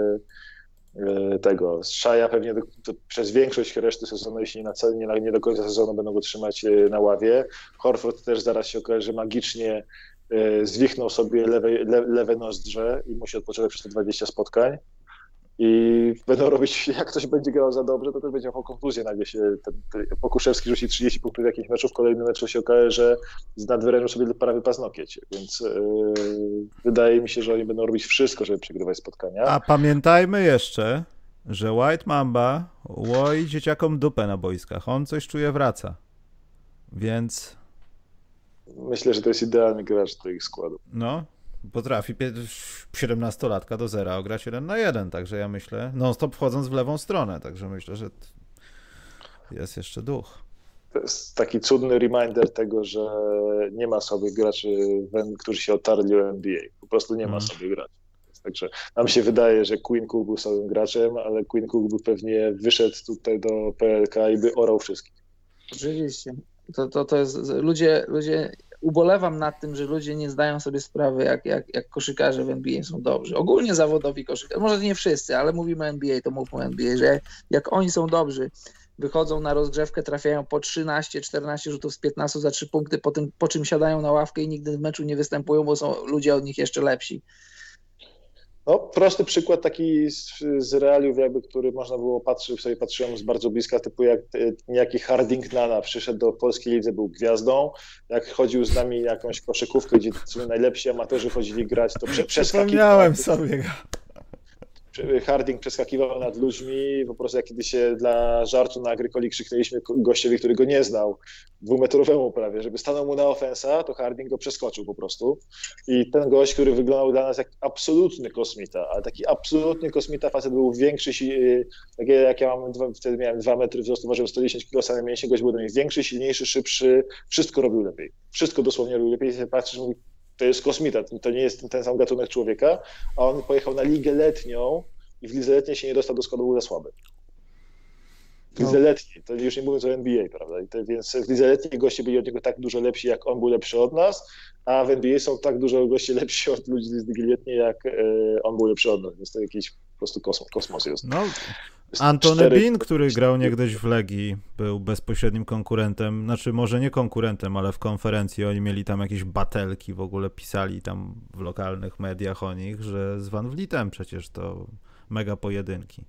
tego Shaya pewnie przez większość reszty sezonu, jeśli nie do końca sezonu będą go trzymać na ławie. Horford też zaraz się okaże, że magicznie zwichnął sobie lewe nozdrze i musi odpoczywać przez te 20 spotkań i będą robić, jak ktoś będzie grał za dobrze, to też będzie miał kontuzję, nagle się Pokuszewski rzuci 30 punktów w jakimś meczu, w kolejnym meczu się okaże, że nadwyrężył sobie prawy paznokieć, więc wydaje mi się, że oni będą robić wszystko, żeby przegrywać spotkania. A pamiętajmy jeszcze, że White Mamba łoi dzieciakom dupę na boiskach, on coś czuje, wraca, więc... Myślę, że to jest idealny gracz do ich składu. No, potrafi 17-latka do zera ograć 1-1, także ja myślę, non-stop wchodząc w lewą stronę, także myślę, że jest jeszcze duch. To jest taki cudny reminder tego, że nie ma sobie graczy, którzy się otarli o NBA. Po prostu nie ma sobie graczy. Także nam się wydaje, że Quinn Cook był samym graczem, ale Quinn Cook by pewnie wyszedł tutaj do PLK i by orał wszystkich. Oczywiście. To jest, ludzie, ubolewam nad tym, że ludzie nie zdają sobie sprawy, jak koszykarze w NBA są dobrzy. Ogólnie zawodowi koszykarze, może nie wszyscy, ale mówimy NBA, to mówmy NBA, że jak oni są dobrzy, wychodzą na rozgrzewkę, trafiają po 13-14 rzutów z 15 za 3 punkty, po czym siadają na ławkę i nigdy w meczu nie występują, bo są ludzie od nich jeszcze lepsi. No, prosty przykład taki z realiów, jakby, który można było patrzyłem z bardzo bliska, typu jak niejaki Harding Nana przyszedł do polskiej lidze, był gwiazdą, jak chodził z nami jakąś koszykówkę, gdzie najlepsi amatorzy chodzili grać, to przeskakiwał. Przypomniałem sobie go. Harding przeskakiwał nad ludźmi, po prostu jak kiedyś się dla żartu na Agrykoli krzyknęliśmy gościowi, który go nie znał, 2-metrowemu prawie, żeby stanął mu na ofensa, to Harding go przeskoczył po prostu. I ten gość, który wyglądał dla nas jak absolutny kosmita, ale taki absolutny kosmita, facet był większy, tak jak ja wtedy miałem 2 metry wzrostu, ważyłem 110 kg, same mięśnie, gość był większy, silniejszy, szybszy, wszystko robił lepiej. Wszystko dosłownie robił lepiej. Patrzysz, mówi, to jest kosmita, to nie jest ten sam gatunek człowieka, a on pojechał na ligę letnią i w lidze letniej się nie dostał do składu, był za słaby. W lidze letniej, to już nie mówiąc o NBA, prawda? Więc w lidze letniej goście byli od niego tak dużo lepsi, jak on był lepszy od nas, a w NBA są tak dużo gości lepsi od ludzi z ligi letniej, jak on był lepszy od nas, więc to jakiś po prostu kosmos jest. No, Antony Bean, który grał niegdyś w Legii, był bezpośrednim konkurentem, znaczy może nie konkurentem, ale w konferencji oni mieli tam jakieś batelki, w ogóle pisali tam w lokalnych mediach o nich, że z Van Vlietem przecież to mega pojedynki.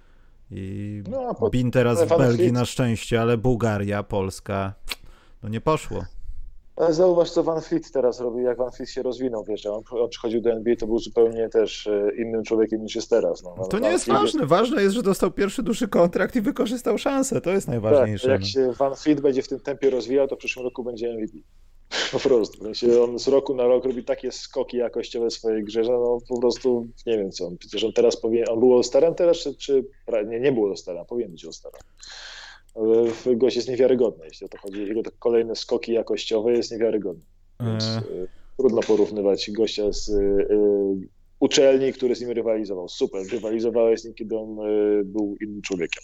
I Bean teraz w Belgii na szczęście, ale Bułgaria, Polska, no nie poszło. Ale zauważ, co Van Fleet teraz robi, jak Van Fleet się rozwinął, wiesz, on przychodził do NBA, to był zupełnie też innym człowiekiem niż jest teraz. No. To nie jest ważne, ważne jest, że dostał pierwszy dłuższy kontrakt i wykorzystał szansę, to jest najważniejsze. Tak, jak się Van Fleet będzie w tym tempie rozwijał, to w przyszłym roku będzie MVP. Po prostu. On z roku na rok robi takie skoki jakościowe w swojej grze, że no po prostu nie wiem co. Przecież on teraz on był All-Starem teraz, czy nie był All-Starem, powinien być All-Starem. Gość jest niewiarygodny, jeśli o to chodzi. Jego kolejne skoki jakościowe jest niewiarygodny. Więc trudno porównywać gościa z uczelni, który z nim rywalizował. Super, rywalizowałeś z nim, kiedy on był innym człowiekiem.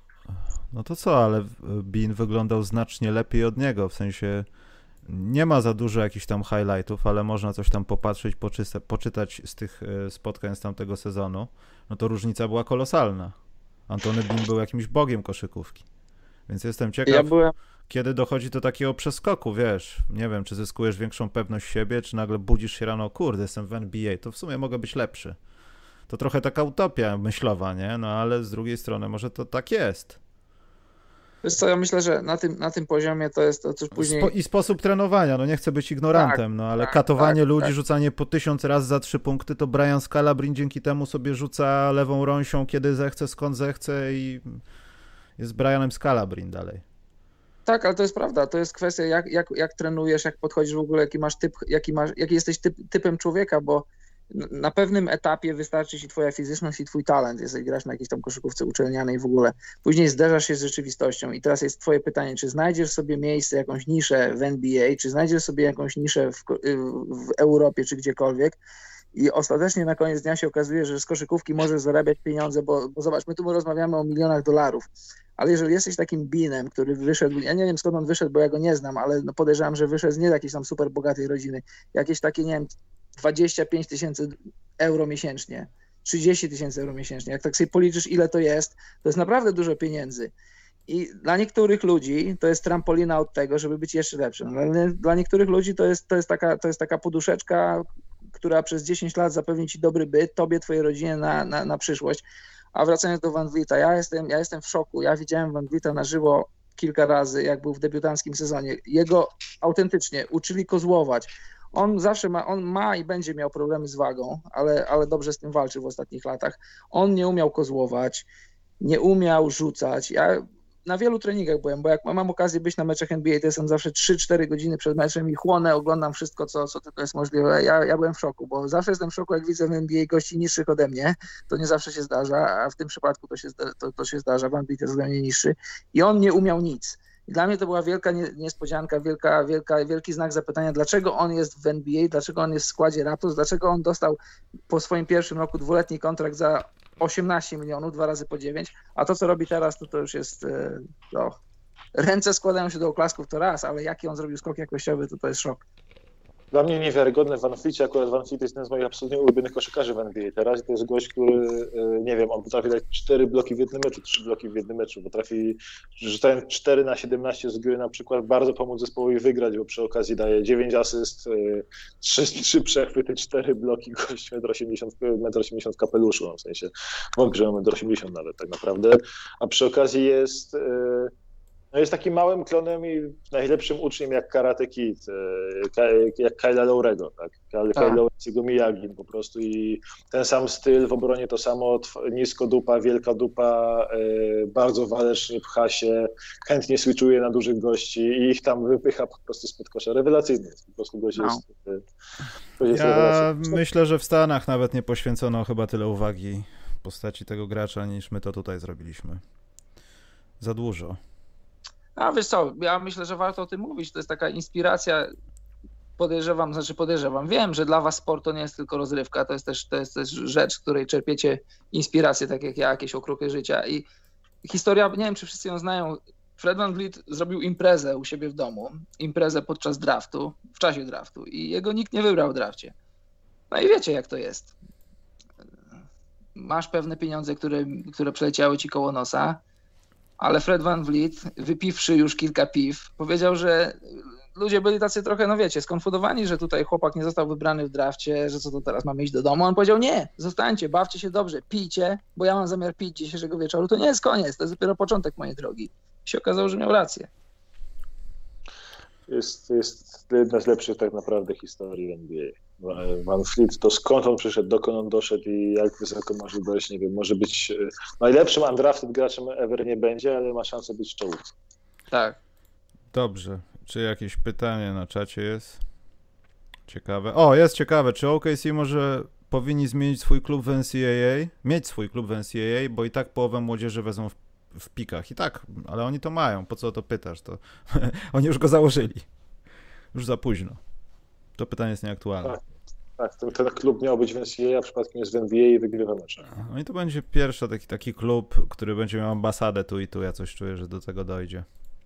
No to co, ale Bean wyglądał znacznie lepiej od niego, w sensie nie ma za dużo jakichś tam highlightów, ale można coś tam popatrzeć, poczytać z tych spotkań z tamtego sezonu, no to różnica była kolosalna. Antony Bean był jakimś bogiem koszykówki. Więc jestem ciekaw, kiedy dochodzi do takiego przeskoku, wiesz, nie wiem, czy zyskujesz większą pewność siebie, czy nagle budzisz się rano, kurde, jestem w NBA, to w sumie mogę być lepszy. To trochę taka utopia myślowa, nie? No ale z drugiej strony może to tak jest. Wiesz co, ja myślę, że na tym poziomie to jest to, co później... I sposób trenowania, no nie chcę być ignorantem, no ale katowanie ludzi, rzucanie po 1000 razy za 3 punkty, to Brian Scalabrine dzięki temu sobie rzuca lewą rąsią, kiedy zechce, skąd zechce i jest Brianem Scalabrine dalej. Tak, ale to jest prawda, to jest kwestia jak trenujesz, jak podchodzisz w ogóle, jaki jesteś typem człowieka, bo na pewnym etapie wystarczy ci twoja fizyczność i twój talent, jeżeli grasz na jakiejś tam koszykówce uczelnianej w ogóle. Później zderzasz się z rzeczywistością i teraz jest twoje pytanie, czy znajdziesz sobie miejsce, jakąś niszę w NBA, czy znajdziesz sobie jakąś niszę w Europie, czy gdziekolwiek. I ostatecznie na koniec dnia się okazuje, że z koszykówki możesz zarabiać pieniądze, bo zobacz, my tu rozmawiamy o milionach dolarów, ale jeżeli jesteś takim Beanem, który wyszedł, ja nie wiem skąd on wyszedł, bo ja go nie znam, ale no podejrzewam, że wyszedł z nie jakiejś tam super bogatej rodziny, jakieś takie, nie wiem, 25 000 euro miesięcznie, 30 000 euro miesięcznie. Jak tak sobie policzysz, ile to jest naprawdę dużo pieniędzy. I dla niektórych ludzi to jest trampolina od tego, żeby być jeszcze lepszym. Ale dla niektórych ludzi to jest taka poduszeczka, która przez 10 lat zapewni ci dobry byt, tobie, twojej rodzinie na przyszłość. A wracając do Van Vlieta, ja jestem w szoku. Ja widziałem Van Vlieta na żywo kilka razy, jak był w debiutanckim sezonie. Jego autentycznie uczyli kozłować. On zawsze ma i będzie miał problemy z wagą, ale dobrze z tym walczył w ostatnich latach. On nie umiał kozłować, nie umiał rzucać. Ja na wielu treningach byłem, bo jak mam okazję być na meczach NBA, to jestem zawsze 3-4 godziny przed meczem i chłonę, oglądam wszystko, co tylko jest możliwe. Ja byłem w szoku, bo zawsze jestem w szoku, jak widzę w NBA gości niższych ode mnie. To nie zawsze się zdarza, a w tym przypadku to się zdarza. Van Vliet jest zupełnie niższy i on nie umiał nic. I dla mnie to była wielka niespodzianka, wielki znak zapytania, dlaczego on jest w NBA, dlaczego on jest w składzie Raptors, dlaczego on dostał po swoim pierwszym roku 2-letni kontrakt za 18 milionów, 2 razy po 9, a to, co robi teraz, to już jest, ręce składają się do oklasków, to raz, ale jaki on zrobił skok jakościowy, to jest szok. Dla mnie niewiarygodne w Van Vliecie, akurat Van Vliet jest jeden z moich absolutnie ulubionych koszykarzy w NBA teraz i to jest gość, który, nie wiem, on potrafi dać 4 bloki w jednym meczu, 3 bloki w jednym meczu, potrafi, rzucając 4 na 17 z gry na przykład, bardzo pomóc zespołowi wygrać, bo przy okazji daje 9 asyst, 3 przechwyty, 4 bloki, gość 1,80 m kapeluszu, no, w sensie w grze 1,80 m nawet tak naprawdę, a przy okazji jest No jest takim małym klonem i najlepszym uczniem jak Karate Kid, jak Kyla Laurego, tak? Kyle Laure jest jego Miyagi po prostu i ten sam styl, w obronie to samo, nisko dupa, wielka dupa, bardzo walecznie pcha się, chętnie switchuje na dużych gości i ich tam wypycha po prostu spod kosza. Rewelacyjny jest, po prostu gość jest ja myślę, że w Stanach nawet nie poświęcono chyba tyle uwagi postaci tego gracza, niż my to tutaj zrobiliśmy. Za dużo. A wiesz co, ja myślę, że warto o tym mówić. To jest taka inspiracja, podejrzewam. Wiem, że dla was sport to nie jest tylko rozrywka, to jest też rzecz, z której czerpiecie inspirację, tak jak ja, jakieś okruchy życia. I historia, nie wiem, czy wszyscy ją znają, Fred VanVleet zrobił imprezę u siebie w domu, imprezę podczas draftu, w czasie draftu i jego nikt nie wybrał w drafcie. No i wiecie, jak to jest. Masz pewne pieniądze, które przeleciały ci koło nosa, ale Fred VanVleet, wypiwszy już kilka piw, powiedział, że ludzie byli tacy trochę, no wiecie, skonfudowani, że tutaj chłopak nie został wybrany w drafcie, że co to teraz mamy iść do domu. On powiedział, nie, zostańcie, bawcie się dobrze, pijcie, bo ja mam zamiar pić dzisiejszego wieczoru. To nie jest koniec, to jest dopiero początek mojej drogi. I się okazało, że miał rację. Jest jedna z lepszych tak naprawdę historii NBA. VanVleet, to skąd on przyszedł, dokąd on doszedł i jak wysoko może dojść, nie wiem, może być najlepszym undrafted graczem ever nie będzie, ale ma szansę być w czołówce. Tak. Dobrze. Czy jakieś pytanie na czacie jest? Ciekawe. O, jest ciekawe. Czy OKC może powinni zmienić swój klub w NCAA? Mieć swój klub w NCAA, bo i tak połowę młodzieży wezmą w pikach. I tak, ale oni to mają. Po co o to pytasz? To oni już go założyli. Już za późno. To pytanie jest nieaktualne. Tak, ten klub miał być w NCAA, a przypadkiem jest w NBA i wygrywa mecze. No i to będzie pierwszy taki klub, który będzie miał ambasadę tu i tu. Ja coś czuję, że do tego dojdzie.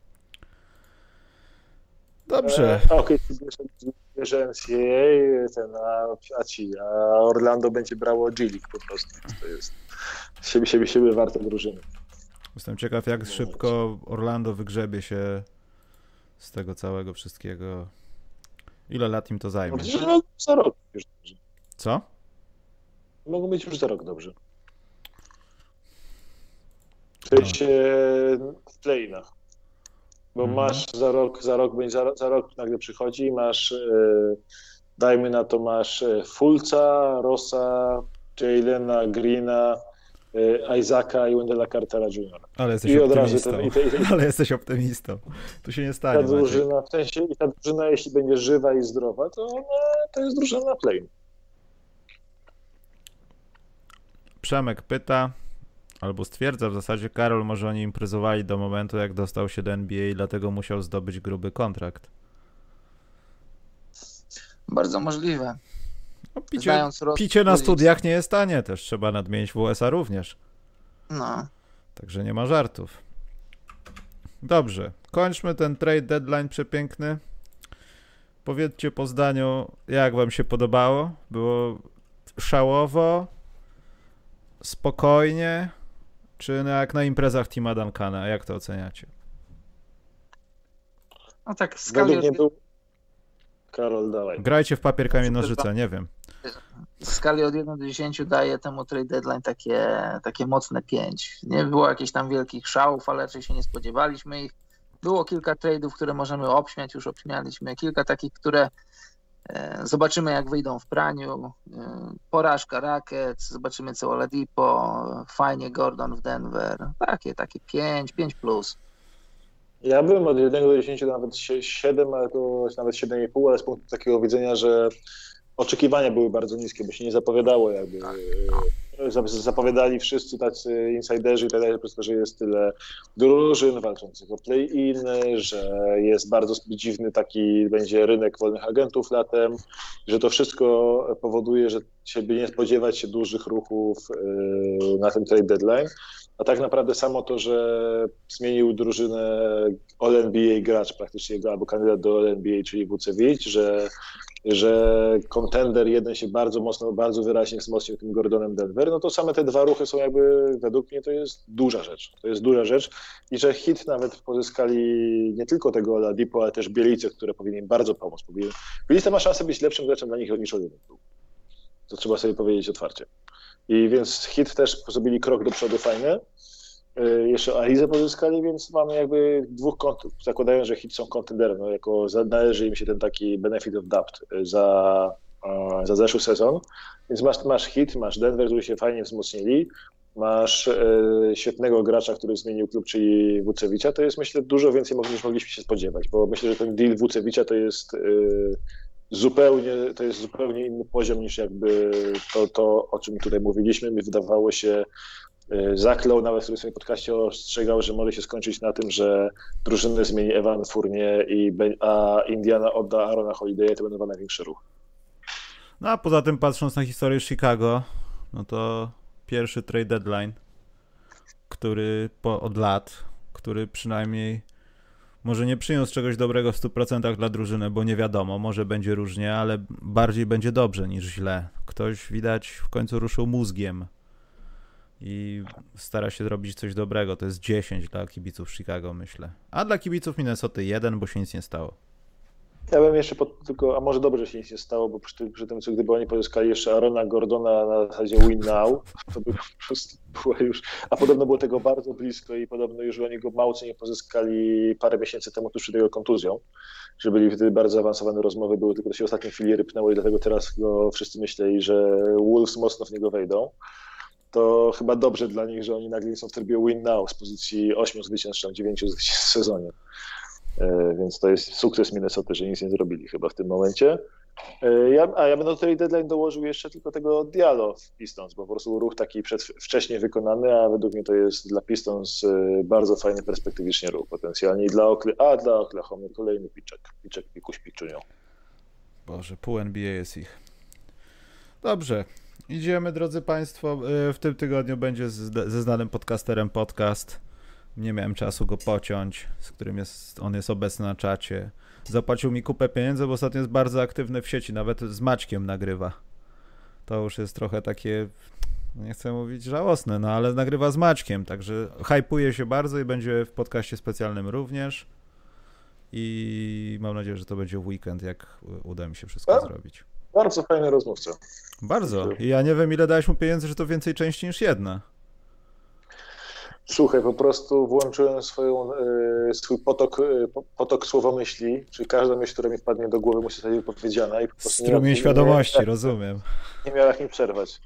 Dobrze. Okej, bierze NCAA, a Orlando będzie brało G League po prostu. To jest siebie warte drużyny. Jestem ciekaw, jak szybko Orlando wygrzebie się z tego całego wszystkiego. Ile lat im to zajmie? Za rok już dobrze. Co? Mogą być już za rok dobrze. W sensie w play-inach. Bo masz za rok nagle przychodzi i masz, dajmy na to, masz Fulca, Rossa, Jalena, Greena, Isaaca i Wendella Cartera Jr. Ale jesteś optymistą. Ale jesteś optymistą. Tu się nie stanie. Ta drużyna, w sensie, i ta drużyna, jeśli będzie żywa i zdrowa, to jest drużyna na play. Przemek pyta, albo stwierdza w zasadzie, Karol, może oni imprezowali do momentu, jak dostał się do NBA i dlatego musiał zdobyć gruby kontrakt. Bardzo możliwe. No, picie na studiach nie jest tanie, też trzeba nadmienić w USA również. No. Także nie ma żartów. Dobrze, kończmy ten trade deadline przepiękny. Powiedzcie po zdaniu, jak wam się podobało? Było szalowo, spokojnie, czy jak na imprezach Tima Duncana? Jak to oceniacie? No tak, w skali Karol, dawaj. Grajcie w papier, kamień, nożyce, nie wiem. W skali od 1 do 10 daję temu trade deadline takie mocne 5. Nie było jakichś tam wielkich szałów, ale raczej się nie spodziewaliśmy ich. Było kilka trade'ów, które możemy obśmiać, już obśmialiśmy. Kilka takich, które zobaczymy, jak wyjdą w praniu. Porażka Rockets, zobaczymy co Oladipo, fajnie Gordon w Denver. Takie 5 plus. Ja bym od 1 do 10 nawet 7, ale to nawet 7,5, ale z punktu takiego widzenia, że oczekiwania były bardzo niskie, bo się nie zapowiadało jakby. Zapowiadali wszyscy tacy insiderzy i tak dalej, po prostu, że jest tyle drużyn walczących o play-in, że jest bardzo dziwny taki będzie rynek wolnych agentów latem, że to wszystko powoduje, że nie spodziewać się dużych ruchów na ten trade deadline. A tak naprawdę samo to, że zmienił drużynę All-NBA gracz praktycznie, albo kandydat do All-NBA, czyli Vucevic, że kontender jeden się bardzo wyraźnie wzmocnił tym Gordonem Denver, no to same te dwa ruchy są jakby, według mnie to jest duża rzecz. To jest duża rzecz i że Heat nawet pozyskali nie tylko tego Oladipo, ale też Bielicę, które powinien bardzo pomóc. Bielica ma szansę być lepszym graczem dla nich niż Oladipo. To trzeba sobie powiedzieć otwarcie. I więc Heat też zrobili krok do przodu fajny. jeszcze Arizę pozyskali, więc mamy jakby dwóch kontów, zakładając, że Heat są kontenderem, no jako należy im się ten taki benefit of doubt za zeszły sezon, więc masz Heat, masz Denver, którzy się fajnie wzmocnili, masz świetnego gracza, który zmienił klub, czyli Vucevicza, to jest myślę dużo więcej niż mogliśmy się spodziewać, bo myślę, że ten deal Vucevicza to jest zupełnie inny poziom niż jakby to, o czym tutaj mówiliśmy. Mi wydawało się, zaklął nawet w swoim podcaście ostrzegał, że może się skończyć na tym, że drużynę zmieni Evan Fournier, a Indiana odda Aarona Holiday'a, to będą największy ruch. No a poza tym, patrząc na historię Chicago, no to pierwszy trade deadline, od lat, który przynajmniej może nie przyniósł czegoś dobrego w 100% dla drużyny, bo nie wiadomo, może będzie różnie, ale bardziej będzie dobrze niż źle. Ktoś, widać, w końcu ruszył mózgiem i stara się zrobić coś dobrego. To jest 10 dla kibiców Chicago, myślę. A dla kibiców Minnesoty 1, bo się nic nie stało. Ja bym jeszcze a może dobrze, że się nic nie stało, bo przy tym, co gdyby oni pozyskali jeszcze Aarona Gordona na zasadzie win now, to by po prostu było już, a podobno było tego bardzo blisko i podobno już oni go mało co nie pozyskali parę miesięcy temu tuż przed jego kontuzją, że byli wtedy bardzo awansowane rozmowy, były tylko się w ostatniej chwili rypnęło i dlatego teraz go wszyscy myśleli, że Wolves mocno w niego wejdą. To chyba dobrze dla nich, że oni nagle są w trybie win now z pozycji 8 zwycięstw czy 9 zwycięstw w sezonie. Więc to jest sukces Minnesota, że nic nie zrobili chyba w tym momencie. Ja bym do tej deadline dołożył jeszcze tylko tego Diallo w Pistons, bo po prostu ruch taki wcześniej wykonany, a według mnie to jest dla Pistons bardzo fajny perspektywicznie ruch potencjalnie i dla Oklahomy kolejny piczek, pikuś, pikczunią. Boże, pół NBA jest ich. Dobrze, idziemy, drodzy Państwo. W tym tygodniu będzie ze znanym podcasterem podcast. Nie miałem czasu go pociąć, z którym on jest obecny na czacie. Zapłacił mi kupę pieniędzy, bo ostatnio jest bardzo aktywny w sieci, nawet z Maćkiem nagrywa. To już jest trochę takie, nie chcę mówić żałosne, no ale nagrywa z Maćkiem, także hypuje się bardzo i będzie w podcaście specjalnym również. I mam nadzieję, że to będzie w weekend, jak uda mi się wszystko zrobić. Bardzo fajny rozmówca. Bardzo. I ja nie wiem, ile dałeś mu pieniędzy, że to więcej części niż jedna. Słuchaj, po prostu włączyłem swój potok słowomyśli, czyli każda myśl, która mi wpadnie do głowy, musi zostać wypowiedziana. I po prostu strumień świadomości, rozumiem. Nie miał jak mi przerwać.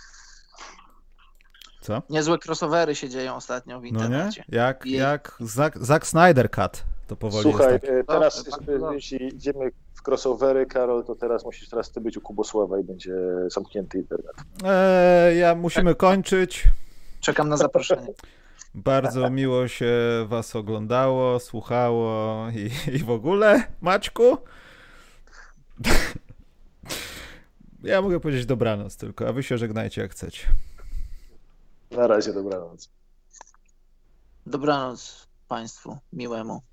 Co? Niezłe crossovery się dzieją ostatnio w internecie. No nie? Jak Zack Snyder Cut. To powoli Słuchaj, jest tak. Teraz jeśli idziemy w crossovery, Karol, to musisz ty być u Kubosława i będzie zamknięty internet. Musimy kończyć. Czekam na zaproszenie. Bardzo miło się was oglądało, słuchało i w ogóle, Maćku. Ja mogę powiedzieć dobranoc tylko, a wy się żegnajcie jak chcecie. Na razie, dobranoc. Dobranoc Państwu miłemu.